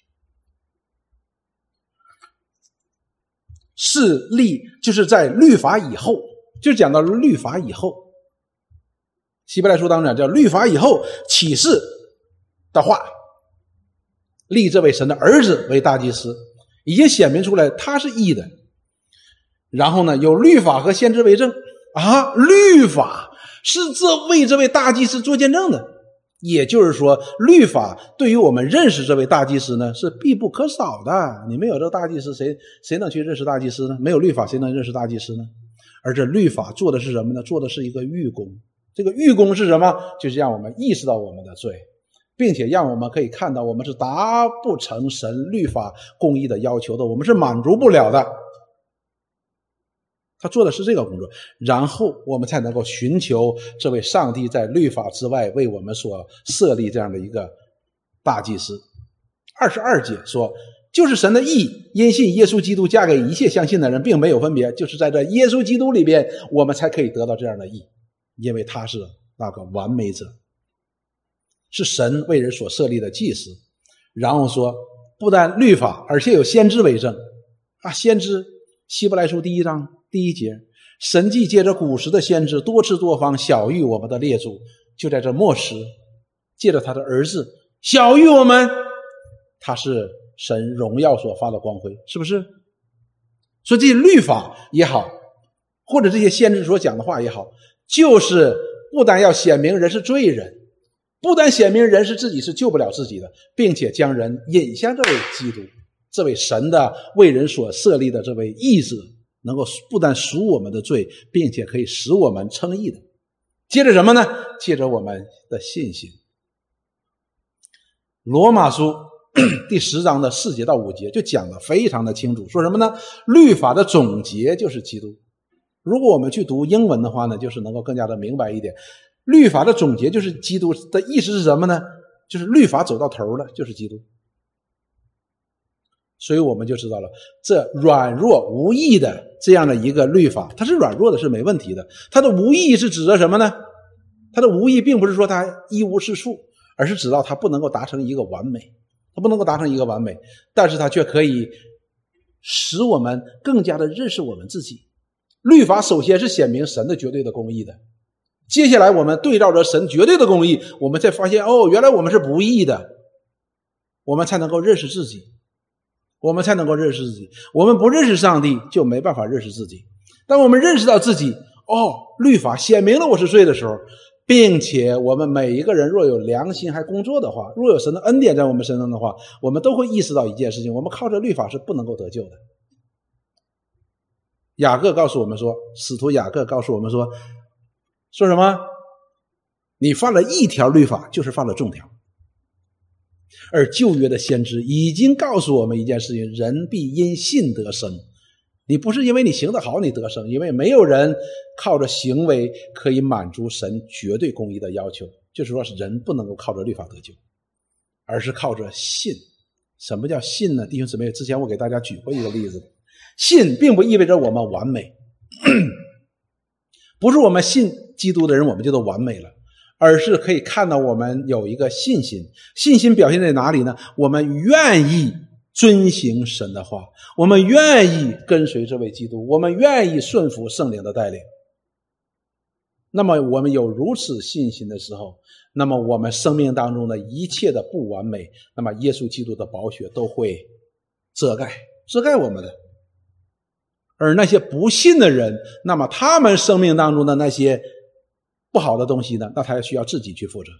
是立，就是在律法以后，就讲到律法以后。希伯来书当中讲叫律法以后启示的话，立这位神的儿子为大祭司，已经显明出来他是义的。然后呢，有律法和先知为证啊，律法是这为这位大祭司做见证的。也就是说，律法对于我们认识这位大祭司呢是必不可少的。你没有这个大祭司，谁谁能去认识大祭司呢？没有律法，谁能认识大祭司呢？而这律法做的是什么呢？做的是一个预功。这个预功是什么？就是让我们意识到我们的罪，并且让我们可以看到我们是达不成神律法公义的要求的，我们是满足不了的。他做的是这个工作，然后我们才能够寻求这位上帝在律法之外为我们所设立这样的一个大祭司。二十二节说，就是神的义，因信耶稣基督嫁给一切相信的人，并没有分别，就是在这耶稣基督里边，我们才可以得到这样的义，因为他是那个完美者，是神为人所设立的祭司。然后说，不但律法，而且有先知为证啊，先知希伯来书第一章第一节，神既借着古时的先知多次多方晓谕我们的列祖，就在这末时借着他的儿子晓谕我们，他是神荣耀所发的光辉，是不是？所以这些律法也好，或者这些先知所讲的话也好，就是不但要显明人是罪人，不但显明人是自己是救不了自己的，并且将人引向这位基督，这位神的为人所设立的这位义者，能够不但赎我们的罪，并且可以使我们称义的。接着什么呢？接着我们的信心。罗马书第十章的四节到五节就讲得非常的清楚，说什么呢？律法的总结就是基督。如果我们去读英文的话呢，就是能够更加的明白一点。律法的总结就是基督的意思是什么呢？就是律法走到头了，就是基督。所以我们就知道了，这软弱无益的这样的一个律法，它是软弱的，是没问题的。它的无益是指的什么呢？它的无益并不是说它一无是处，而是指到它不能够达成一个完美，它不能够达成一个完美，但是它却可以使我们更加的认识我们自己。律法首先是显明神的绝对的公义的，接下来我们对照着神绝对的公义，我们才发现，哦，原来我们是不义的，我们才能够认识自己，我们才能够认识自己。我们不认识上帝，就没办法认识自己。当我们认识到自己，哦，律法显明了我是罪的时候，并且我们每一个人若有良心还工作的话，若有神的恩典在我们身上的话，我们都会意识到一件事情，我们靠着律法是不能够得救的。雅各告诉我们说，使徒雅各告诉我们说，说什么？你犯了一条律法，就是犯了众条。而旧约的先知已经告诉我们一件事情，人必因信得生。你不是因为你行得好你得生，因为没有人靠着行为可以满足神绝对公义的要求，就是说人不能够靠着律法得救，而是靠着信。 什么叫信呢？弟兄姊妹，之前我给大家举过一个例子，信并不意味着我们完美，不是我们信基督的人我们就都完美了，而是可以看到我们有一个信心。信心表现在哪里呢？我们愿意遵行神的话，我们愿意跟随这位基督，我们愿意顺服圣灵的带领。那么我们有如此信心的时候，那么我们生命当中的一切的不完美，那么耶稣基督的宝血都会遮盖遮盖我们的。而那些不信的人，那么他们生命当中的那些不好的东西呢，那他需要自己去负责。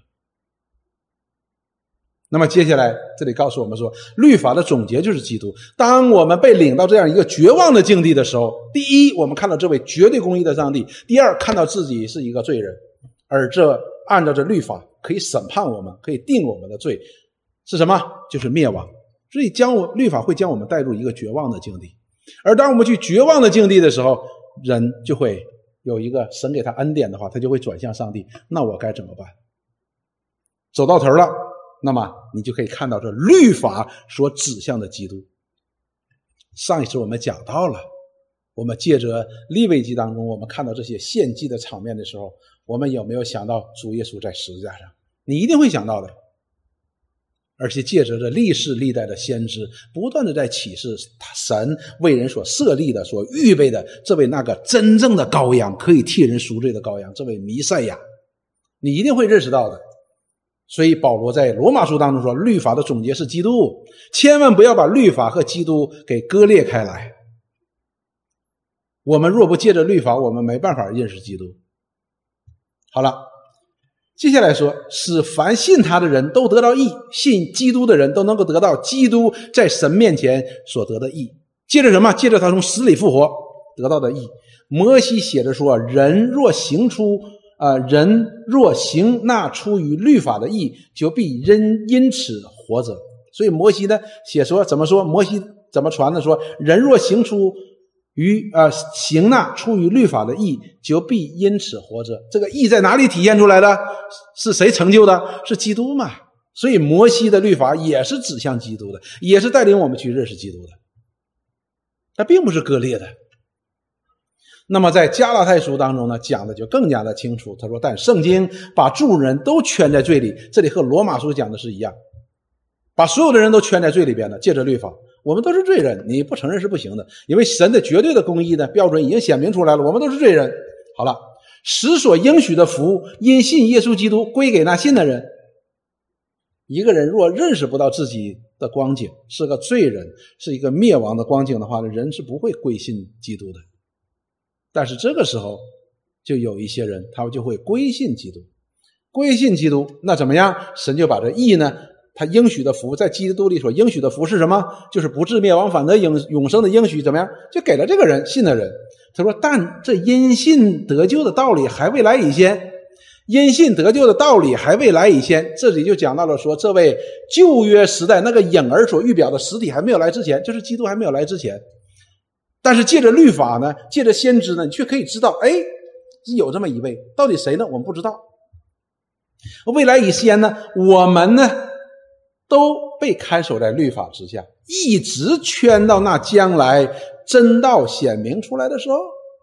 那么接下来这里告诉我们说，律法的总结就是基督。当我们被领到这样一个绝望的境地的时候，第一，我们看到这位绝对公义的上帝；第二，看到自己是一个罪人，而这按照这律法可以审判我们，可以定我们的罪是什么？就是灭亡。所以将我律法会将我们带入一个绝望的境地。而当我们去绝望的境地的时候，人就会有一个神给他恩典的话，他就会转向上帝，那我该怎么办？走到头了，那么你就可以看到这律法所指向的基督。上一次我们讲到了，我们借着利未记当中我们看到这些献祭的场面的时候，我们有没有想到主耶稣在十字架上？你一定会想到的。而且借着这历世历代的先知不断的在启示神为人所设立的所预备的这位那个真正的羔羊，可以替人赎罪的羔羊，这位弥赛亚，你一定会认识到的。所以保罗在罗马书当中说，律法的总结是基督，千万不要把律法和基督给割裂开来。我们若不借着律法，我们没办法认识基督。好了，接下来说，使凡信他的人都得到义，信基督的人都能够得到基督在神面前所得的义。接着什么？接着他从死里复活得到的义。摩西写着说，人若行出呃，人若行那出于律法的义，就必因因此活着。所以摩西呢写说，怎么说？摩西怎么传的？说人若行出于呃行那出于律法的义，就必因此活着。这个义在哪里体现出来的？是谁成就的？是基督嘛。所以摩西的律法也是指向基督的，也是带领我们去认识基督的，它并不是割裂的。那么在加拉太书当中呢，讲的就更加的清楚。他说，但圣经把众人都圈在罪里，这里和罗马书讲的是一样，把所有的人都圈在罪里边的，借着律法。我们都是罪人，你不承认是不行的，因为神的绝对的公义的标准已经显明出来了，我们都是罪人。好了，使所应许的福因信耶稣基督归给那信的人。一个人若认识不到自己的光景，是个罪人，是一个灭亡的光景的话，人是不会归信基督的。但是这个时候就有一些人，他们就会归信基督。归信基督，那怎么样？神就把这义呢，他应许的福，在基督里所应许的福是什么？就是不至灭亡反得永生的应许，怎么样？就给了这个人，信的人。他说，但这因信得救的道理还未来以先，因信得救的道理还未来以先。这里就讲到了说，这位旧约时代那个影儿所预表的实体还没有来之前，就是基督还没有来之前。但是借着律法呢，借着先知呢，你却可以知道，哎，有这么一位，到底谁呢？我们不知道。未来以先呢，我们呢都被看守在律法之下，一直圈到那将来真道显明出来的时候，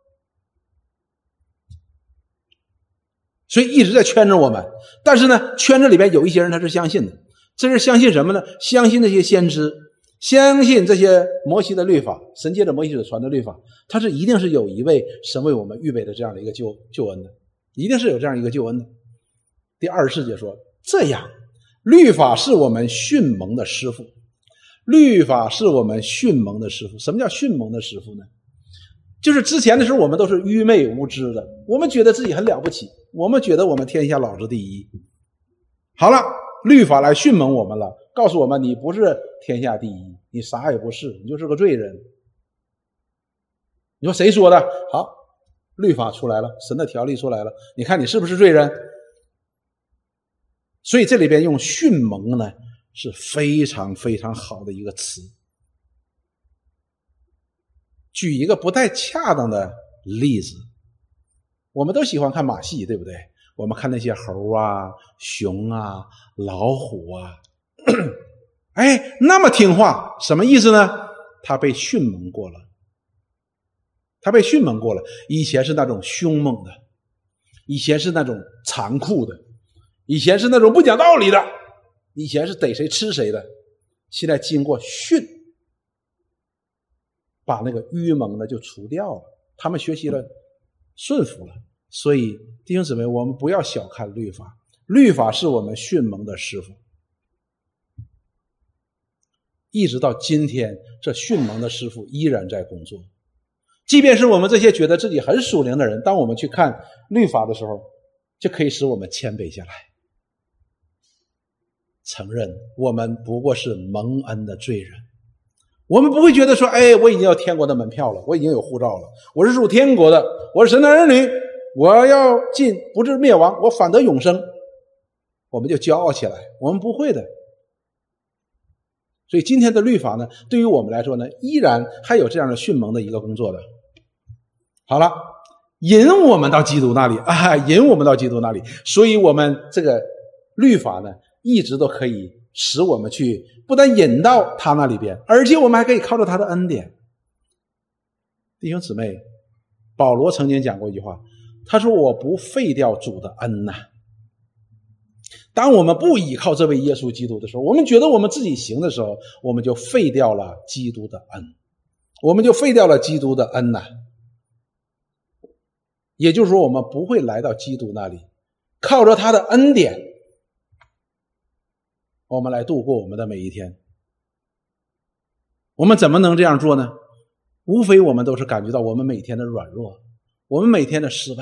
所以一直在圈着我们。但是呢，圈着里边有一些人他是相信的，这是相信什么呢？相信那些先知，相信这些摩西的律法，神借着摩西所传的律法，他是一定是有一位神为我们预备的这样的一个救救恩的，一定是有这样一个救恩的。第二十四节说，这样律法是我们训蒙的师傅，律法是我们训蒙的师傅。什么叫训蒙的师傅呢？就是之前的时候我们都是愚昧无知的，我们觉得自己很了不起，我们觉得我们天下老子第一。好了，律法来训蒙我们了，告诉我们你不是天下第一，你啥也不是，你就是个罪人。你说谁说的？好，律法出来了，神的条例出来了，你看你是不是罪人？所以这里边用训蒙呢是非常非常好的一个词。举一个不太恰当的例子，我们都喜欢看马戏，对不对？我们看那些猴啊、熊啊、老虎啊， 哎，那么听话，什么意思呢？他被训蒙过了，他被训蒙过了。以前是那种凶猛的，以前是那种残酷的，以前是那种不讲道理的，以前是逮谁吃谁的。现在经过训，把那个愚蒙的就除掉了，他们学习了顺服了。所以弟兄姊妹，我们不要小看律法，律法是我们训蒙的师傅。一直到今天，这训蒙的师傅依然在工作。即便是我们这些觉得自己很属灵的人，当我们去看律法的时候，就可以使我们谦卑下来，承认我们不过是蒙恩的罪人。我们不会觉得说，哎，我已经有天国的门票了，我已经有护照了，我是属天国的，我是神的儿女，我要进不至灭亡，我反得永生，我们就骄傲起来。我们不会的。所以今天的律法呢，对于我们来说呢，依然还有这样的训蒙的一个工作的。好了，引我们到基督那里啊，引我们到基督那里。所以我们这个律法呢，一直都可以使我们去不但引到他那里边，而且我们还可以靠着他的恩典。弟兄姊妹，保罗曾经讲过一句话，他说我不废掉主的恩呐、啊。当我们不依靠这位耶稣基督的时候，我们觉得我们自己行的时候，我们就废掉了基督的恩，我们就废掉了基督的恩呐、啊。也就是说，我们不会来到基督那里，靠着他的恩典，我们来度过我们的每一天。我们怎么能这样做呢？无非我们都是感觉到我们每天的软弱，我们每天的失败。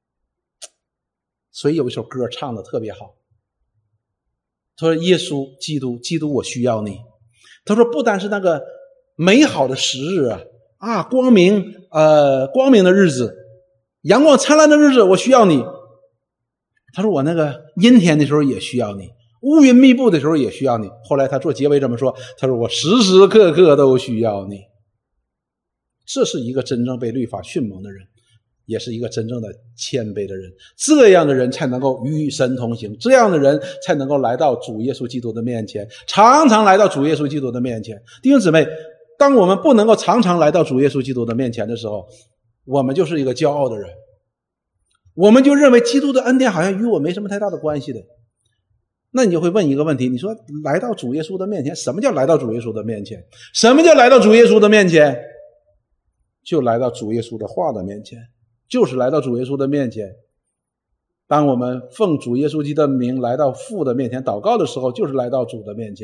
所以有一首歌唱得特别好，他说耶稣基督基督我需要你。他说不单是那个美好的时日啊啊光明呃光明的日子，阳光灿烂的日子我需要你。他说我那个阴天的时候也需要你，乌云密布的时候也需要你。后来他做结尾这么说，他说我时时刻刻都需要你。这是一个真正被律法训蒙的人，也是一个真正的谦卑的人。这样的人才能够与神同行，这样的人才能够来到主耶稣基督的面前，常常来到主耶稣基督的面前。弟兄姊妹，当我们不能够常常来到主耶稣基督的面前的时候，我们就是一个骄傲的人，我们就认为基督的恩典好像与我没什么太大的关系的。那你就会问一个问题，你说来到主耶稣的面前，什么叫来到主耶稣的面前？什么叫来到主耶稣的面前？就来到主耶稣的话的面前，就是来到主耶稣的面前。当我们奉主耶稣基督的名来到父的面前祷告的时候，就是来到主的面前。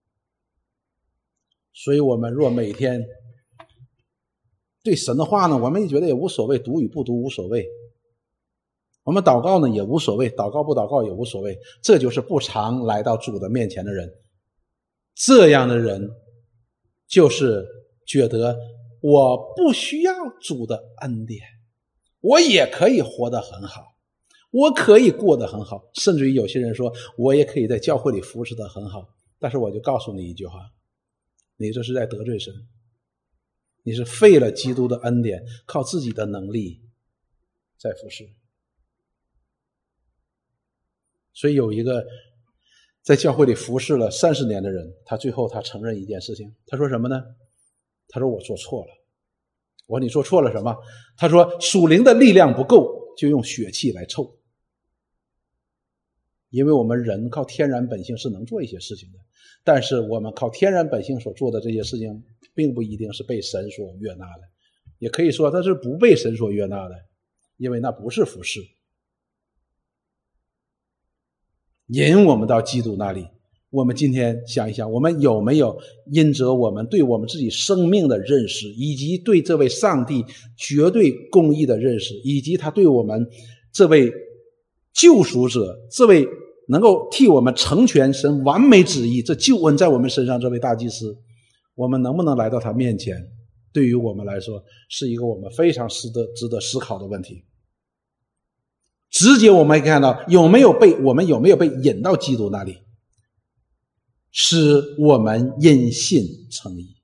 所以我们若每天对神的话呢，我们也觉得也无所谓，读与不读无所谓，我们祷告呢也无所谓，祷告不祷告也无所谓。这就是不常来到主的面前的人。这样的人就是觉得我不需要主的恩典，我也可以活得很好，我可以过得很好，甚至于有些人说我也可以在教会里服侍得很好。但是我就告诉你一句话，你这是在得罪神，你是废了基督的恩典，靠自己的能力在服侍。所以有一个在教会里服侍了三十年的人，他最后他承认一件事情，他说什么呢？他说我做错了。我说你做错了什么？他说属灵的力量不够，就用血气来凑。因为我们人靠天然本性是能做一些事情的，但是我们靠天然本性所做的这些事情并不一定是被神所悦纳的，也可以说它是不被神所悦纳的，因为那不是服事。引我们到基督那里，我们今天想一想，我们有没有因着我们对我们自己生命的认识，以及对这位上帝绝对公义的认识，以及他对我们这位救赎者，这位能够替我们成全神完美旨意，这救恩在我们身上这位大祭司，我们能不能来到他面前，对于我们来说是一个我们非常值得值得思考的问题。直接我们可以看到有没有被我们有没有被引到基督那里，使我们因信称义。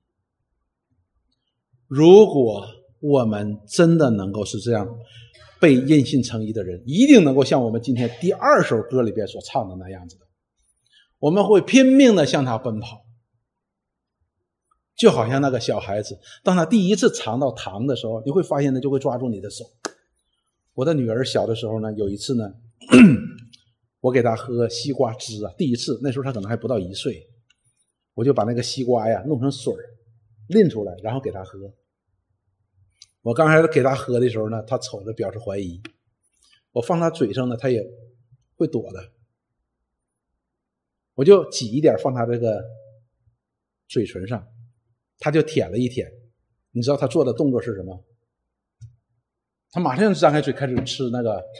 如果我们真的能够是这样被因信称义的人，一定能够像我们今天第二首歌里边所唱的那样子的，我们会拼命的向他奔跑， 就好像那个小孩子，当他第一次尝到糖的时候，你会发现他就会抓住你的手。我的女儿小的时候呢，有一次呢，我给她喝西瓜汁啊，第一次，那时候她可能还不到一岁，我就把那个西瓜呀弄成水拎出来，然后给她喝。我刚开始给她喝的时候呢，她瞅着表示怀疑，我放她嘴上呢，她也会躲的，我就挤一点放她这个嘴唇上，她就舔了一舔。你知道她做的动作是什么？她马上张开嘴开始吃那个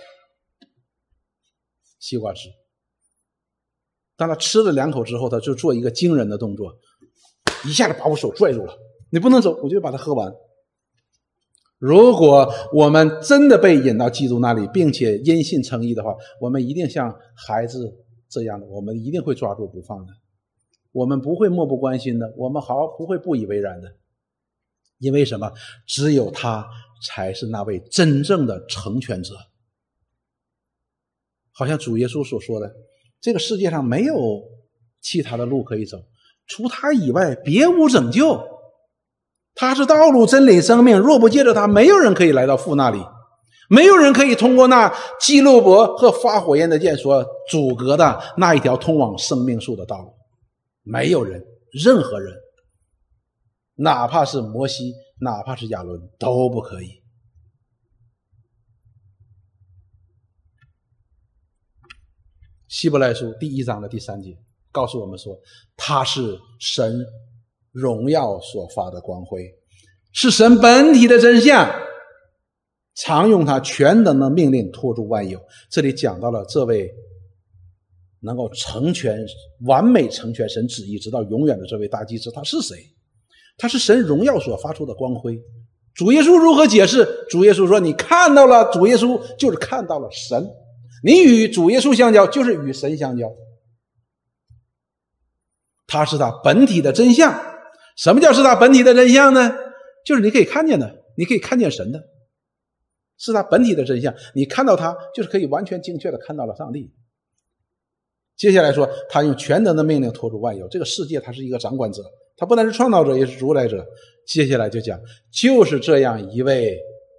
西瓜汁。当她吃了两口之后，她就做一个惊人的动作，一下子把我手拽住了，你不能走，我就把它喝完。如果我们真的被引到基督那里，并且因信称义的话，我们一定像孩子这样的，我们一定会抓住不放的，我们不会漠不关心的，我们毫不会不以为然的。因为什么？只有他才是那位真正的成全者。好像主耶稣所说的，这个世界上没有其他的路可以走，除他以外别无拯救。他是道路真理生命，若不借着他，没有人可以来到父那里，没有人可以通过那基路伯和发火焰的剑所阻隔的那一条通往生命树的道路。没有人，任何人，哪怕是摩西，哪怕是亚伦，都不可以。希伯来书第一章的第三节告诉我们说，他是神荣耀所发的光辉，是神本体的真相，常用他全能的命令托住万有。这里讲到了这位能够成全完美成全神旨意直到永远的这位大祭司，他是谁？他是神荣耀所发出的光辉。主耶稣如何解释？主耶稣说，你看到了主耶稣，就是看到了神，你与主耶稣相交，就是与神相交。他是他本体的真相。什么叫是他本体的真相呢？就是你可以看见的，你可以看见神的，是他本体的真相。你看到他，就是可以完全精确的看到了上帝。接下来说，他用全能的命令托住万有，这个世界他是一个掌管者，他不但是创造者，也是主宰者。接下来就讲，就是这样一位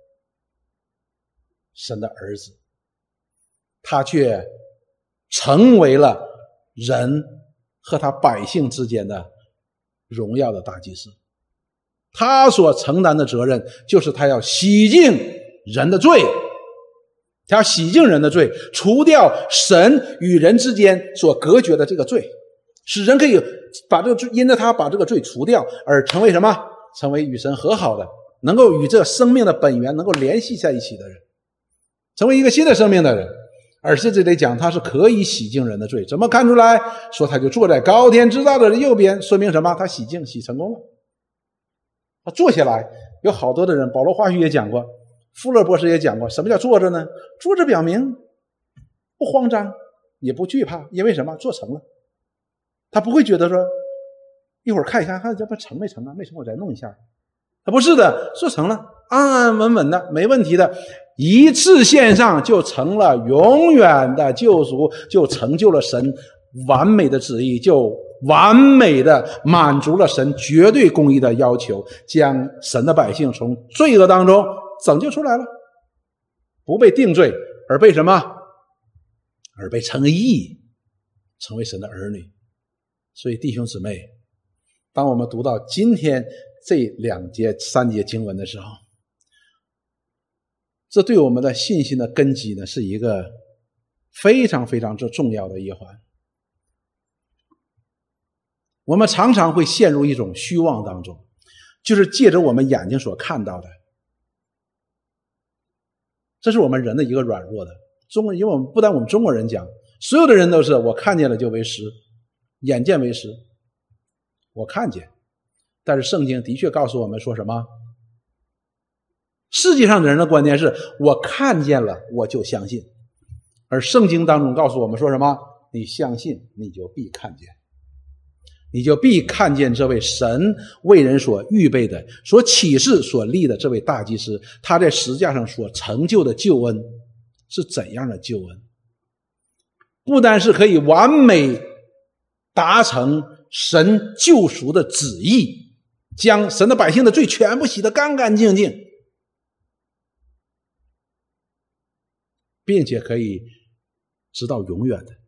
神的儿子，他却成为了人和他百姓之间的荣耀的大祭司。他所承担的责任就是他要洗净人的罪，他要洗净人的罪，除掉神与人之间所隔绝的这个罪，使人可以把这个罪，因着他把这个罪除掉，而成为什么？成为与神和好的，能够与这生命的本源能够联系在一起的人，成为一个新的生命的人。而是这里讲他是可以洗净人的罪，怎么看出来？说他就坐在高天之大的右边，说明什么？他洗净洗成功了。他坐下来，有好多的人，保罗话语也讲过，富勒博士也讲过，什么叫坐着呢？坐着表明不慌张也不惧怕，因为什么？做成了，他不会觉得说一会儿看一看看这不成没成啊，没成我再弄一下，他不是的，做成了，安安稳稳的，没问题的，一次献上就成了永远的救赎，就成就了神完美的旨意，就完美的满足了神绝对公义的要求，将神的百姓从罪恶当中拯救出来了，不被定罪，而被什么？而被称义，成为神的儿女。所以弟兄姊妹，当我们读到今天这两节三节经文的时候，这对我们的信心的根基呢，是一个非常非常之重要的一环。我们常常会陷入一种虚妄当中，就是借着我们眼睛所看到的，这是我们人的一个软弱的中国，因为我们不但我们中国人讲，所有的人都是我看见了就为实，眼见为实，我看见。但是圣经的确告诉我们说什么？世界上的人的观念是我看见了我就相信，而圣经当中告诉我们说什么？你相信你就必看见，你就必看见这位神为人所预备的、所启示所立的这位大祭司，他在十字架上所成就的救恩是怎样的救恩。不单是可以完美达成神救赎的旨意， 将神的百姓的罪全部洗得干干净净，并且可以直到永远的。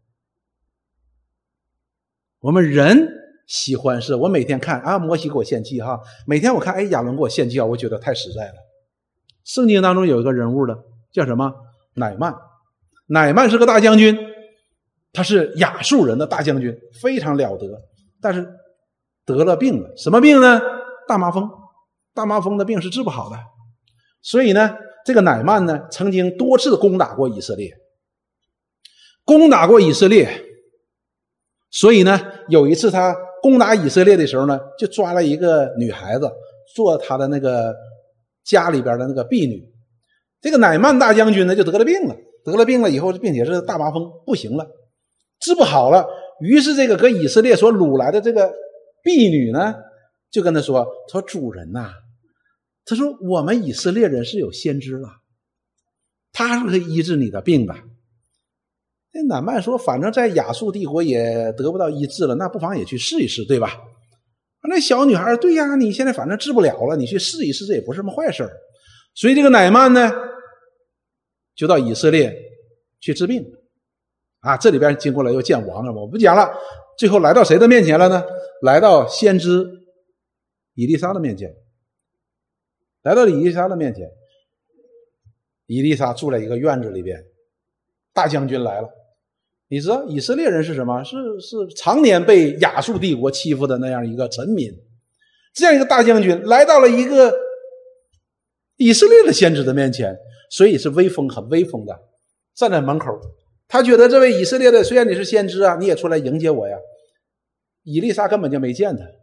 我们人喜欢是我每天看啊，摩西给我献祭哈，每天我看哎亚伦给我献祭啊，我觉得太实在了。圣经当中有一个人物的叫什么？乃曼。乃曼是个大将军，他是亚述人的大将军，非常了得，但是得了病了。什么病呢？大麻风。大麻风的病是治不好的。所以呢，这个乃曼呢，曾经多次攻打过以色列，攻打过以色列。所以呢，有一次他攻打以色列的时候呢，就抓了一个女孩子做他的那个家里边的那个婢女。这个乃曼大将军呢就得了病了，得了病了以后并且是大麻风不行了，治不好了。于是这个搁以色列所掳来的这个婢女呢就跟他说，说主人呐、啊，他说我们以色列人是有先知了，他是可以医治你的病的。那乃曼说反正在亚述帝国也得不到医治了，那不妨也去试一试，对吧？那小女孩，对呀，你现在反正治不了了，你去试一试，这也不是什么坏事。所以这个乃曼呢就到以色列去治病啊，这里边经过了又见王了，我不讲了。最后来到谁的面前了呢？来到先知以利沙的面前。来到以利沙的面前，以利沙住在一个院子里边，大将军来了。你知道以色列人是什么？是是常年被亚述帝国欺负的那样一个臣民。这样一个大将军来到了一个以色列的先知的面前，所以是威风很威风的，站在门口。他觉得这位以色列的，虽然你是先知啊，你也出来迎接我呀。以利沙根本就没见他。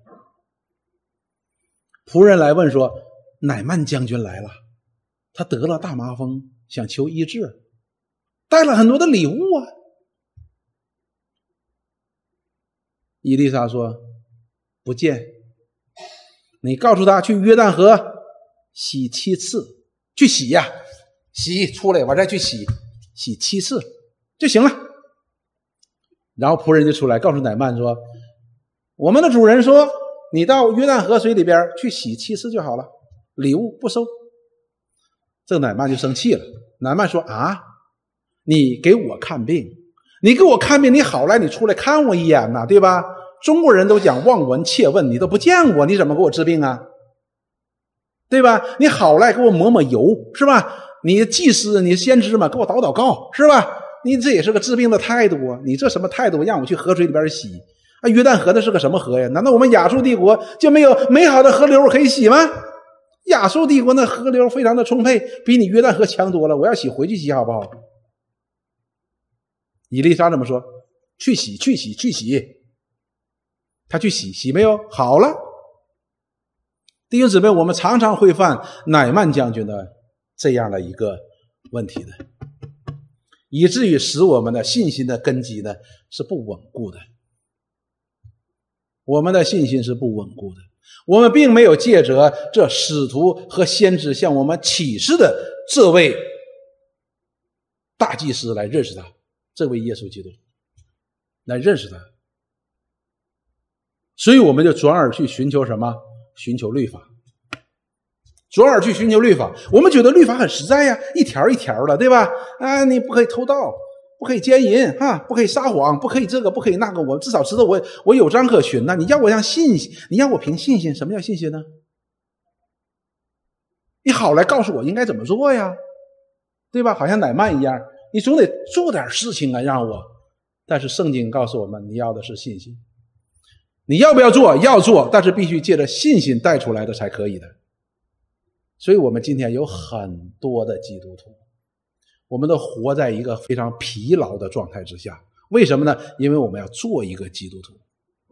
仆人来问说，乃曼将军来了，他得了大麻风，想求医治，带了很多的礼物啊。以利沙说不见，你告诉他去约旦河洗七次，去洗呀、啊，洗出来我再去洗，洗七次就行了。然后仆人就出来告诉乃曼说，我们的主人说你到约旦河水里边去洗七次就好了，礼物不收。这个乃曼就生气了。乃曼说啊，你给我看病，你给我看病，你好来你出来看我一眼呐、啊，对吧？中国人都讲望闻切问，你都不见过，你怎么给我治病啊？对吧？你好来给我抹抹油，是吧？你祭司你先知嘛，给我祷祷告，是吧？你这也是个治病的态度啊！你这什么态度？让我去河水里边洗啊？约旦河那是个什么河呀？难道我们亚述帝国就没有美好的河流可以洗吗？亚述帝国那河流非常的充沛，比你约旦河强多了，我要洗回去洗好不好？以利沙怎么说？去洗去洗去洗。他去洗，洗没有？好了。弟兄姊妹，我们常常会犯乃曼将军的这样的一个问题的，以至于使我们的信心的根基呢是不稳固的。我们的信心是不稳固的，我们并没有借着这使徒和先知向我们启示的这位大祭司来认识他，这位耶稣基督来认识他。所以我们就转而去寻求什么？寻求律法。转而去寻求律法。我们觉得律法很实在呀，一条一条的，对吧？啊，你不可以偷盗，不可以奸淫，哈，不可以撒谎，不可以这个，不可以那个，我至少知道我我有章可循呐。你要我让信心，你要我凭信心，什么叫信心呢？你好来告诉我应该怎么做呀，对吧？好像乃曼一样，你总得做点事情啊，让我。但是圣经告诉我们，你要的是信心。你要不要做？要做，但是必须借着信心带出来的才可以的。所以我们今天有很多的基督徒，我们都活在一个非常疲劳的状态之下。为什么呢？因为我们要做一个基督徒。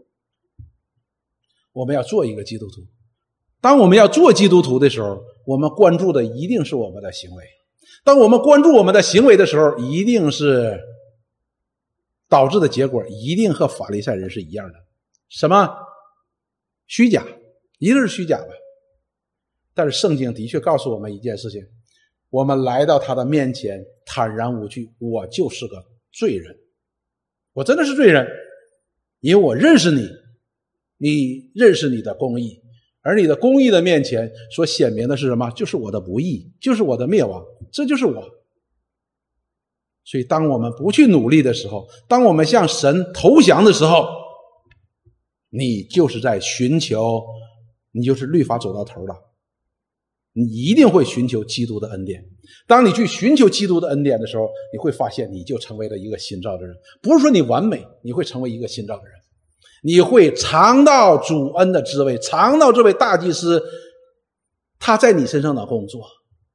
我们要做一个基督徒。当我们要做基督徒的时候，我们关注的一定是我们的行为。当我们关注我们的行为的时候，一定是导致的结果一定和法利赛人是一样的。什么？虚假，一定是虚假的。但是圣经的确告诉我们一件事情，我们来到他的面前坦然无惧，我就是个罪人，我真的是罪人，因为我认识你，你认识你的公义， 而你的公义的面前所显明的是什么？就是我的不义，就是我的灭亡，这就是我。所以当我们不去努力的时候，当我们向神投降的时候，你就是在寻求，你就是律法走到头了。你一定会寻求基督的恩典。当你去寻求基督的恩典的时候，你会发现你就成为了一个新造的人。不是说你完美，你会成为一个新造的人。你会尝到主恩的滋味，尝到这位大祭司他在你身上的工作。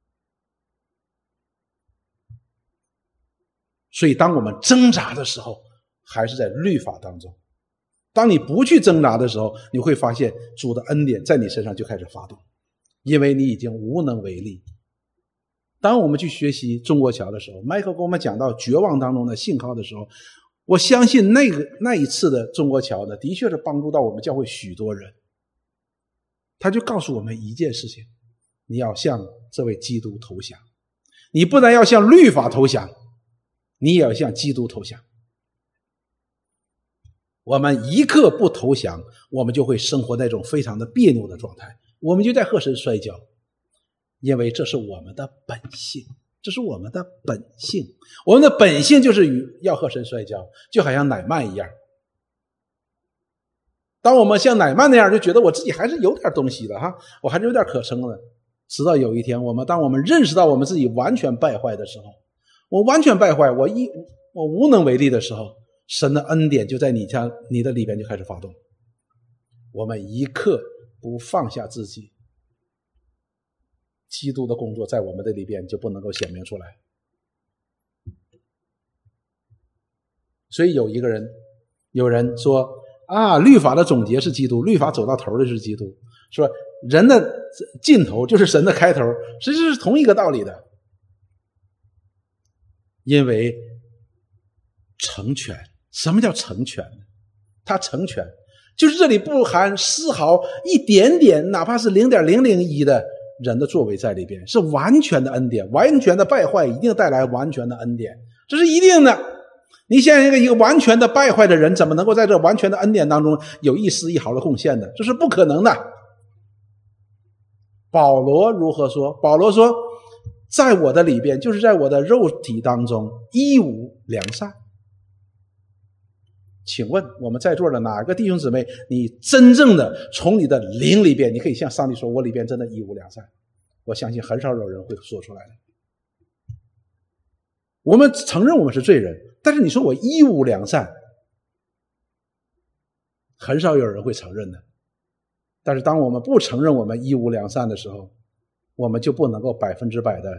所以当我们挣扎的时候，还是在律法当中。当你不去挣扎的时候，你会发现主的恩典在你身上就开始发动，因为你已经无能为力。当我们去学习中国桥的时候，迈克跟我们讲到绝望当中的信靠的时候，我相信那个那一次的中国桥呢，的确是帮助到我们教会许多人。他就告诉我们一件事情，你要向这位基督投降。你不但要向律法投降，你也要向基督投降。我们一刻不投降，我们就会生活在一种非常的别扭的状态，我们就在和神摔跤，因为这是我们的本性，这是我们的本性。我们的本性就是与要和神摔跤，就好像乃縵一样。当我们像乃縵那样，就觉得我自己还是有点东西的哈，我还是有点可撑的。直到有一天，我们当我们认识到我们自己完全败坏的时候，我完全败坏，我一我无能为力的时候，神的恩典就在你家你的里边就开始发动。我们一刻不放下自己，基督的工作在我们的里边就不能够显明出来。所以有一个人有人说啊，律法的总结是基督，律法走到头的是基督，说人的尽头就是神的开头，实际是同一个道理的。因为成全，什么叫成全呢？它成全就是这里不含丝毫一点点，哪怕是 零点零零一 的人的作为在里边，是完全的恩典。完全的败坏一定带来完全的恩典，这是一定的。你想想一个一个完全的败坏的人，怎么能够在这完全的恩典当中有一丝一毫的贡献呢？这是不可能的。保罗如何说？保罗说，在我的里边，就是在我的肉体当中，一无良善。请问我们在座的哪个弟兄姊妹，你真正的从你的灵里边，你可以向上帝说，我里边真的一无良善？我相信很少有人会说出来的。我们承认我们是罪人，但是你说我一无良善，很少有人会承认的。但是当我们不承认我们一无良善的时候，我们就不能够百分之百的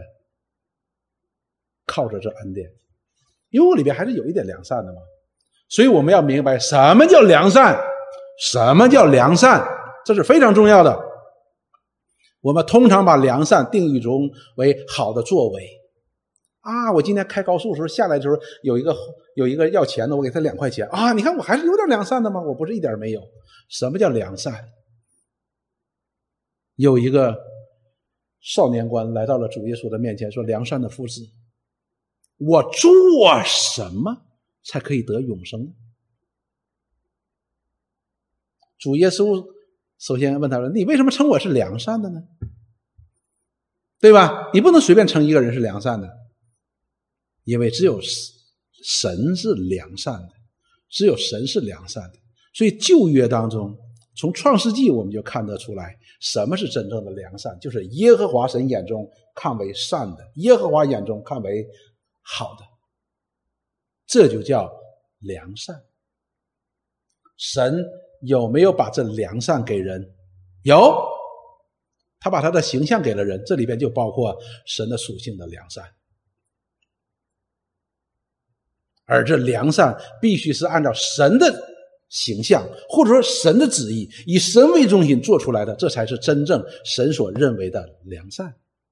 靠着这恩典，因为我里边还是有一点良善的嘛。所以我们要明白什么叫良善，什么叫良善，这是非常重要的。我们通常把良善定义成为好的作为啊，我今天开高速的时候下来的时候，有一个有一个要钱的，我给他两块钱啊，你看我还是有点良善的吗？我不是一点没有。什么叫良善？有一个少年官来到了主耶稣的面前，说，良善的夫子，我做什么才可以得永生呢？主耶稣首先问他说，你为什么称我是良善的呢？对吧？你不能随便称一个人是良善的，因为只有神是良善的，只有神是良善的。所以旧约当中，从创世纪我们就看得出来，什么是真正的良善，就是耶和华神眼中看为善的，耶和华眼中看为好的，这就叫良善。神有没有把这良善给人？有，他把他的形象给了人，这里边就包括神的属性的良善。而这良善必须是按照神的形象，或者说神的旨意，以神为中心做出来的，这才是真正神所认为的良善。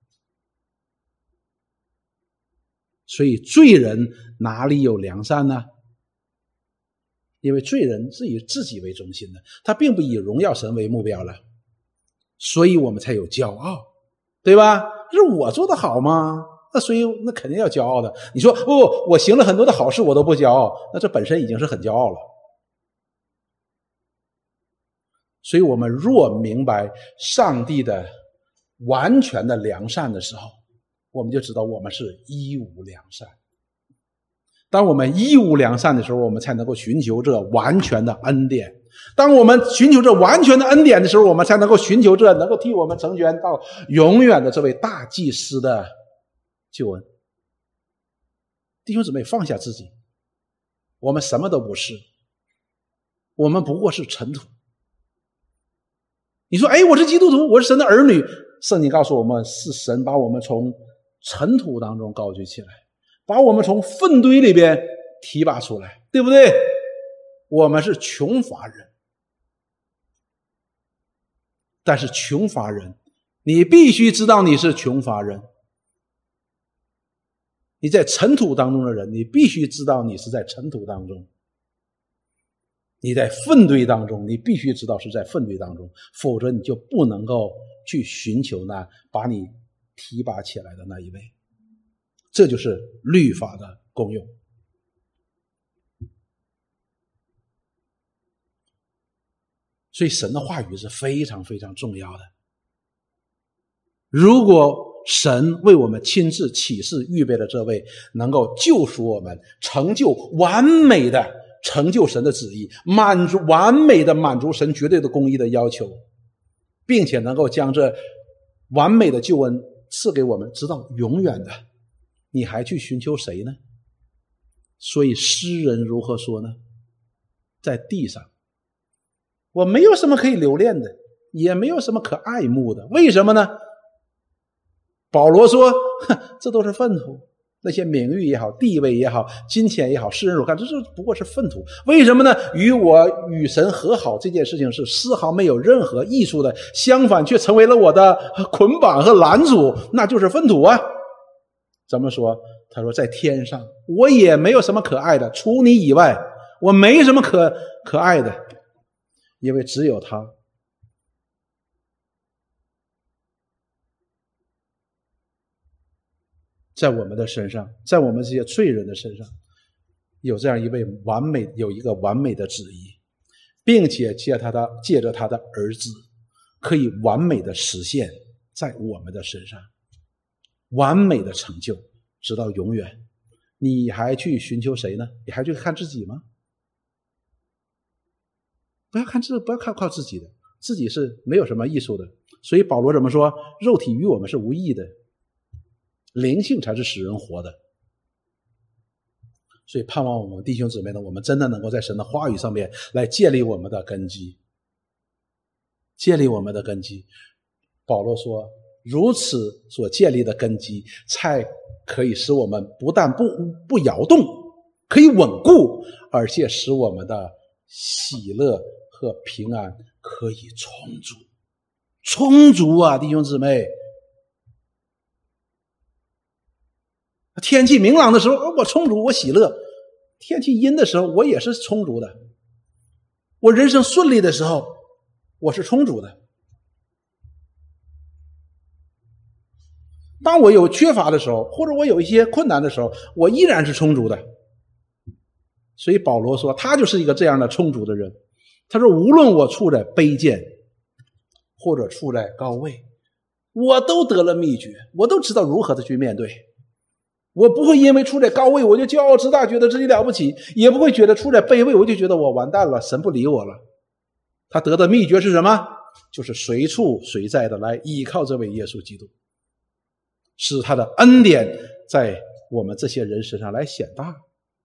所以罪人哪里有良善呢？因为罪人是以自己为中心的，他并不以荣耀神为目标了，所以我们才有骄傲，对吧？是我做的好吗？那所以那肯定要骄傲的。你说哦，我行了很多的好事我都不骄傲，那这本身已经是很骄傲了。 所以我们若明白上帝的完全的良善的时候，我们就知道我们是一无良善。当我们一无良善的时候，我们才能够寻求这完全的恩典。当我们寻求这完全的恩典的时候，我们才能够寻求这能够替我们成全到永远的这位大祭司的救恩。弟兄姊妹，放下自己，我们什么都不是，我们不过是尘土。你说，哎，我是基督徒，我是神的儿女。圣经告诉我们，是神把我们从尘土当中高举起来，把我们从粪堆里边提拔出来，对不对？我们是穷乏人，但是穷乏人，你必须知道你是穷乏人。你在尘土当中的人，你必须知道你是在尘土当中。你在粪堆当中，你必须知道是在粪堆当中，否则你就不能够去寻求那把你提拔起来的那一位。这就是律法的功用。所以神的话语是非常非常重要的。如果神为我们亲自启示预备了这位能够救赎我们，成就完美的成就神的旨意，满足完美的满足神绝对的公义的要求，并且能够将这完美的救恩赐给我们直到永远的，你还去寻求谁呢？所以诗人如何说呢？在地上我没有什么可以留恋的，也没有什么可爱慕的。为什么呢？保罗说，这都是粪土，那些名誉也好，地位也好，金钱也好，世人所看，这是不过是粪土。为什么呢？与我与神和好这件事情是丝毫没有任何益处的，相反却成为了我的捆绑和拦阻，那就是粪土啊。怎么说？他说，在天上我也没有什么可爱的，除你以外我没什么可可爱的，因为只有他。在我们的身上，在我们这些罪人的身上，有这样一位完美，有一个完美的旨意，并且借他的借着他的儿子，可以完美的实现在我们的身上，完美的成就，直到永远。你还去寻求谁呢？你还去看自己吗？不要看自，不要靠靠自己的，自己是没有什么益处的。所以保罗怎么说？肉体与我们是无益的，灵性才是使人活的。所以盼望我们弟兄姊妹呢，我们真的能够在神的话语上面来建立我们的根基，建立我们的根基。保罗说，如此所建立的根基，才可以使我们不但不不摇动，可以稳固，而且使我们的喜乐和平安可以充足。充足啊，弟兄姊妹！天气明朗的时候我充足，我喜乐；天气阴的时候我也是充足的。我人生顺利的时候我是充足的，当我有缺乏的时候，或者我有一些困难的时候，我依然是充足的。所以保罗说，他就是一个这样的充足的人。他说，无论我处在卑贱或者处在高位，我都得了秘诀，我都知道如何的去面对。我不会因为处在高位我就骄傲自大，觉得自己了不起，也不会觉得处在卑位我就觉得我完蛋了，神不理我了。他得的秘诀是什么？就是随处随在的来依靠这位耶稣基督，使他的恩典在我们这些人身上来显大。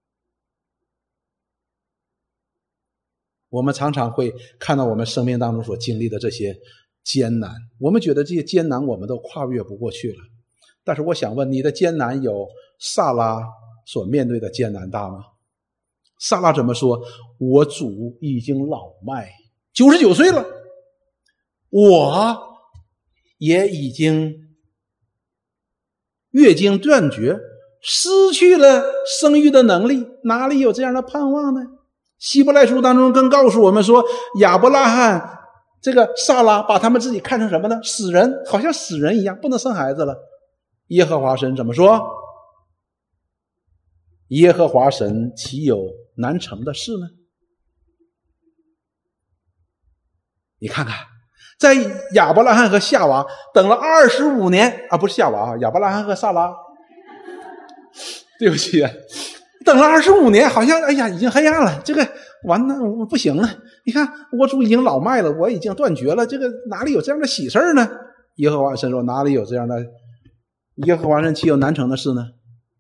我们常常会看到我们生命当中所经历的这些艰难，我们觉得这些艰难我们都跨越不过去了。但是我想问，你的艰难有撒拉所面对的艰难大吗？撒拉怎么说？我主已经老迈，九十九岁了，我也已经月经断绝，失去了生育的能力，哪里有这样的盼望呢？希伯来书当中更告诉我们说，亚伯拉罕这个撒拉把他们自己看成什么呢？死人，好像死人一样，不能生孩子了。耶和华神怎么说？耶和华神岂有难成的事呢？ 你看看，在亚伯拉罕和夏娃等了二十五年啊，不是夏娃啊，亚伯拉罕和撒拉，对不起，等了二十五年，好像哎呀已经黑暗了，这个完了我不行了。你看窝猪已经老迈了，我已经断绝了，这个哪里有这样的喜事呢？耶和华神说，哪里有这样的？耶和华神岂有难成的事呢？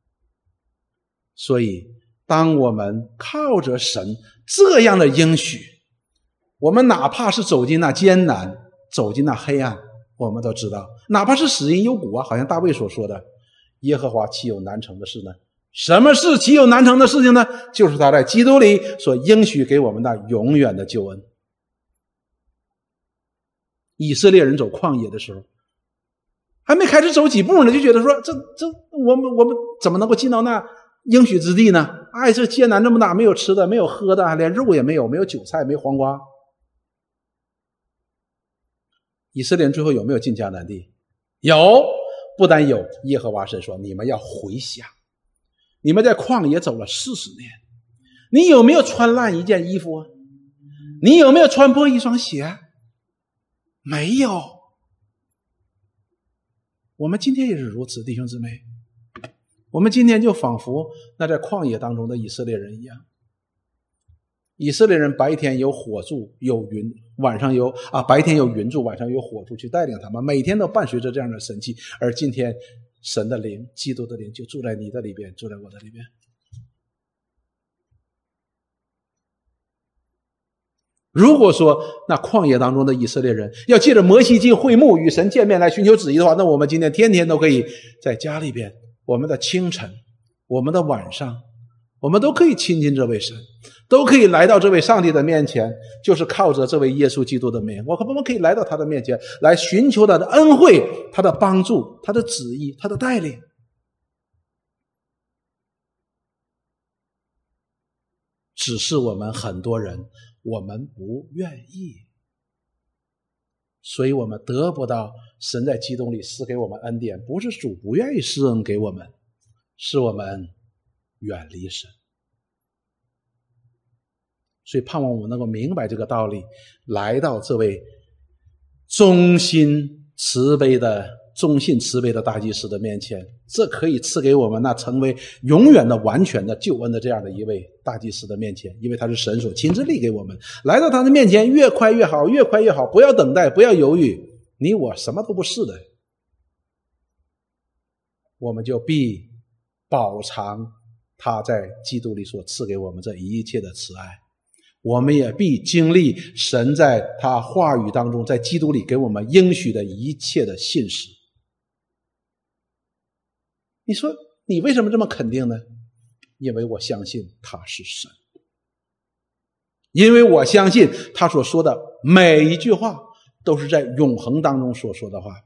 所以当我们靠着神这样的应许，我们哪怕是走进那艰难，走进那黑暗，我们都知道，哪怕是死因幽谷啊，好像大卫所说的，耶和华岂有难成的事呢？什么是岂有难成的事情呢？就是他在基督里所应许给我们的永远的救恩。以色列人走旷野的时候，还没开始走几步呢，就觉得说这这我们我们怎么能够进到那应许之地呢？哎，这艰难这么大，没有吃的，没有喝的，连肉也没有，没有韭菜，没有黄瓜。以色列人最后有没有进迦南地？有，不但有，耶和华神说，你们要回想，你们在旷野走了四十年，你有没有穿烂一件衣服啊？你有没有穿破一双鞋？没有。我们今天也是如此，弟兄姊妹，我们今天就仿佛那在旷野当中的以色列人一样。以色列人白天有火柱有云，晚上有啊白天有云柱，晚上有火柱去带领他们，每天都伴随着这样的神迹。而今天神的灵，基督的灵就住在你的里边，住在我的里边。如果说那旷野当中的以色列人要借着摩西进会幕与神见面来寻求旨意的话，那我们今天天天都可以在家里边，我们的清晨，我们的晚上，我们都可以亲近这位神，都可以来到这位上帝的面前，就是靠着这位耶稣基督的名，我们可以来到他的面前，来寻求他的恩惠，他的帮助，他的旨意，他的带领。只是我们很多人，我们不愿意，所以我们得不到神在基督里赐给我们恩典。不是主不愿意施恩给我们，是我们远离神。所以盼望我们能够明白这个道理，来到这位忠心慈悲的忠信慈悲的大祭司的面前，这可以赐给我们那成为永远的完全的救恩的这样的一位大祭司的面前，因为他是神所亲自立给我们。来到他的面前，越快越好，越快越好，不要等待，不要犹豫，你我什么都不是的，我们就必饱尝他在基督里所赐给我们这一切的慈爱，我们也必经历神在他话语当中，在基督里给我们应许的一切的信实。你说你为什么这么肯定呢？因为我相信他是神，因为我相信他所说的每一句话都是在永恒当中所说的话，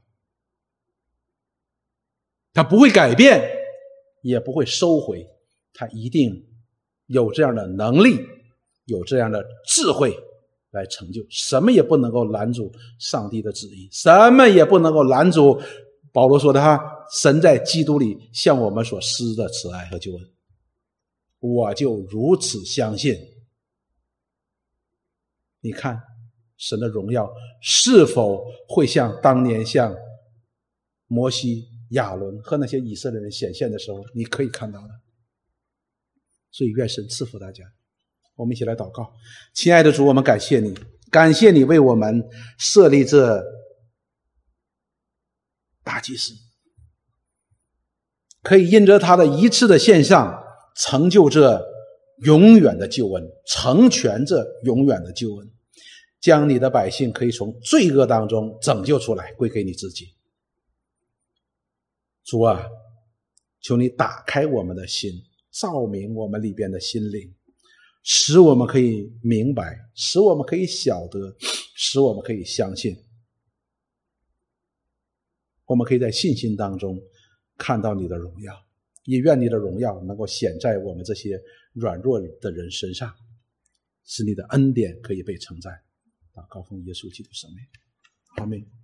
他不会改变，也不会收回，他一定有这样的能力，有这样的智慧来成就，什么也不能够拦阻上帝的旨意，什么也不能够拦阻保罗说的哈，神在基督里向我们所施的慈爱和救恩。我就如此相信。你看神的荣耀是否会像当年向摩西、亚伦和那些以色列人显现的时候，你可以看到的。所以愿神赐福大家。我们一起来祷告。亲爱的主，我们感谢你，感谢你为我们设立这大祭司，可以因着他的一次的献上，成就这永远的救恩，成全这永远的救恩，将你的百姓可以从罪恶当中拯救出来，归给你自己。主啊，求你打开我们的心，照明我们里边的心灵，使我们可以明白，使我们可以晓得，使我们可以相信，我们可以在信心当中看到你的荣耀，也愿你的荣耀能够显在我们这些软弱的人身上，使你的恩典可以被称赞。祷告奉耶稣基督圣名，阿们。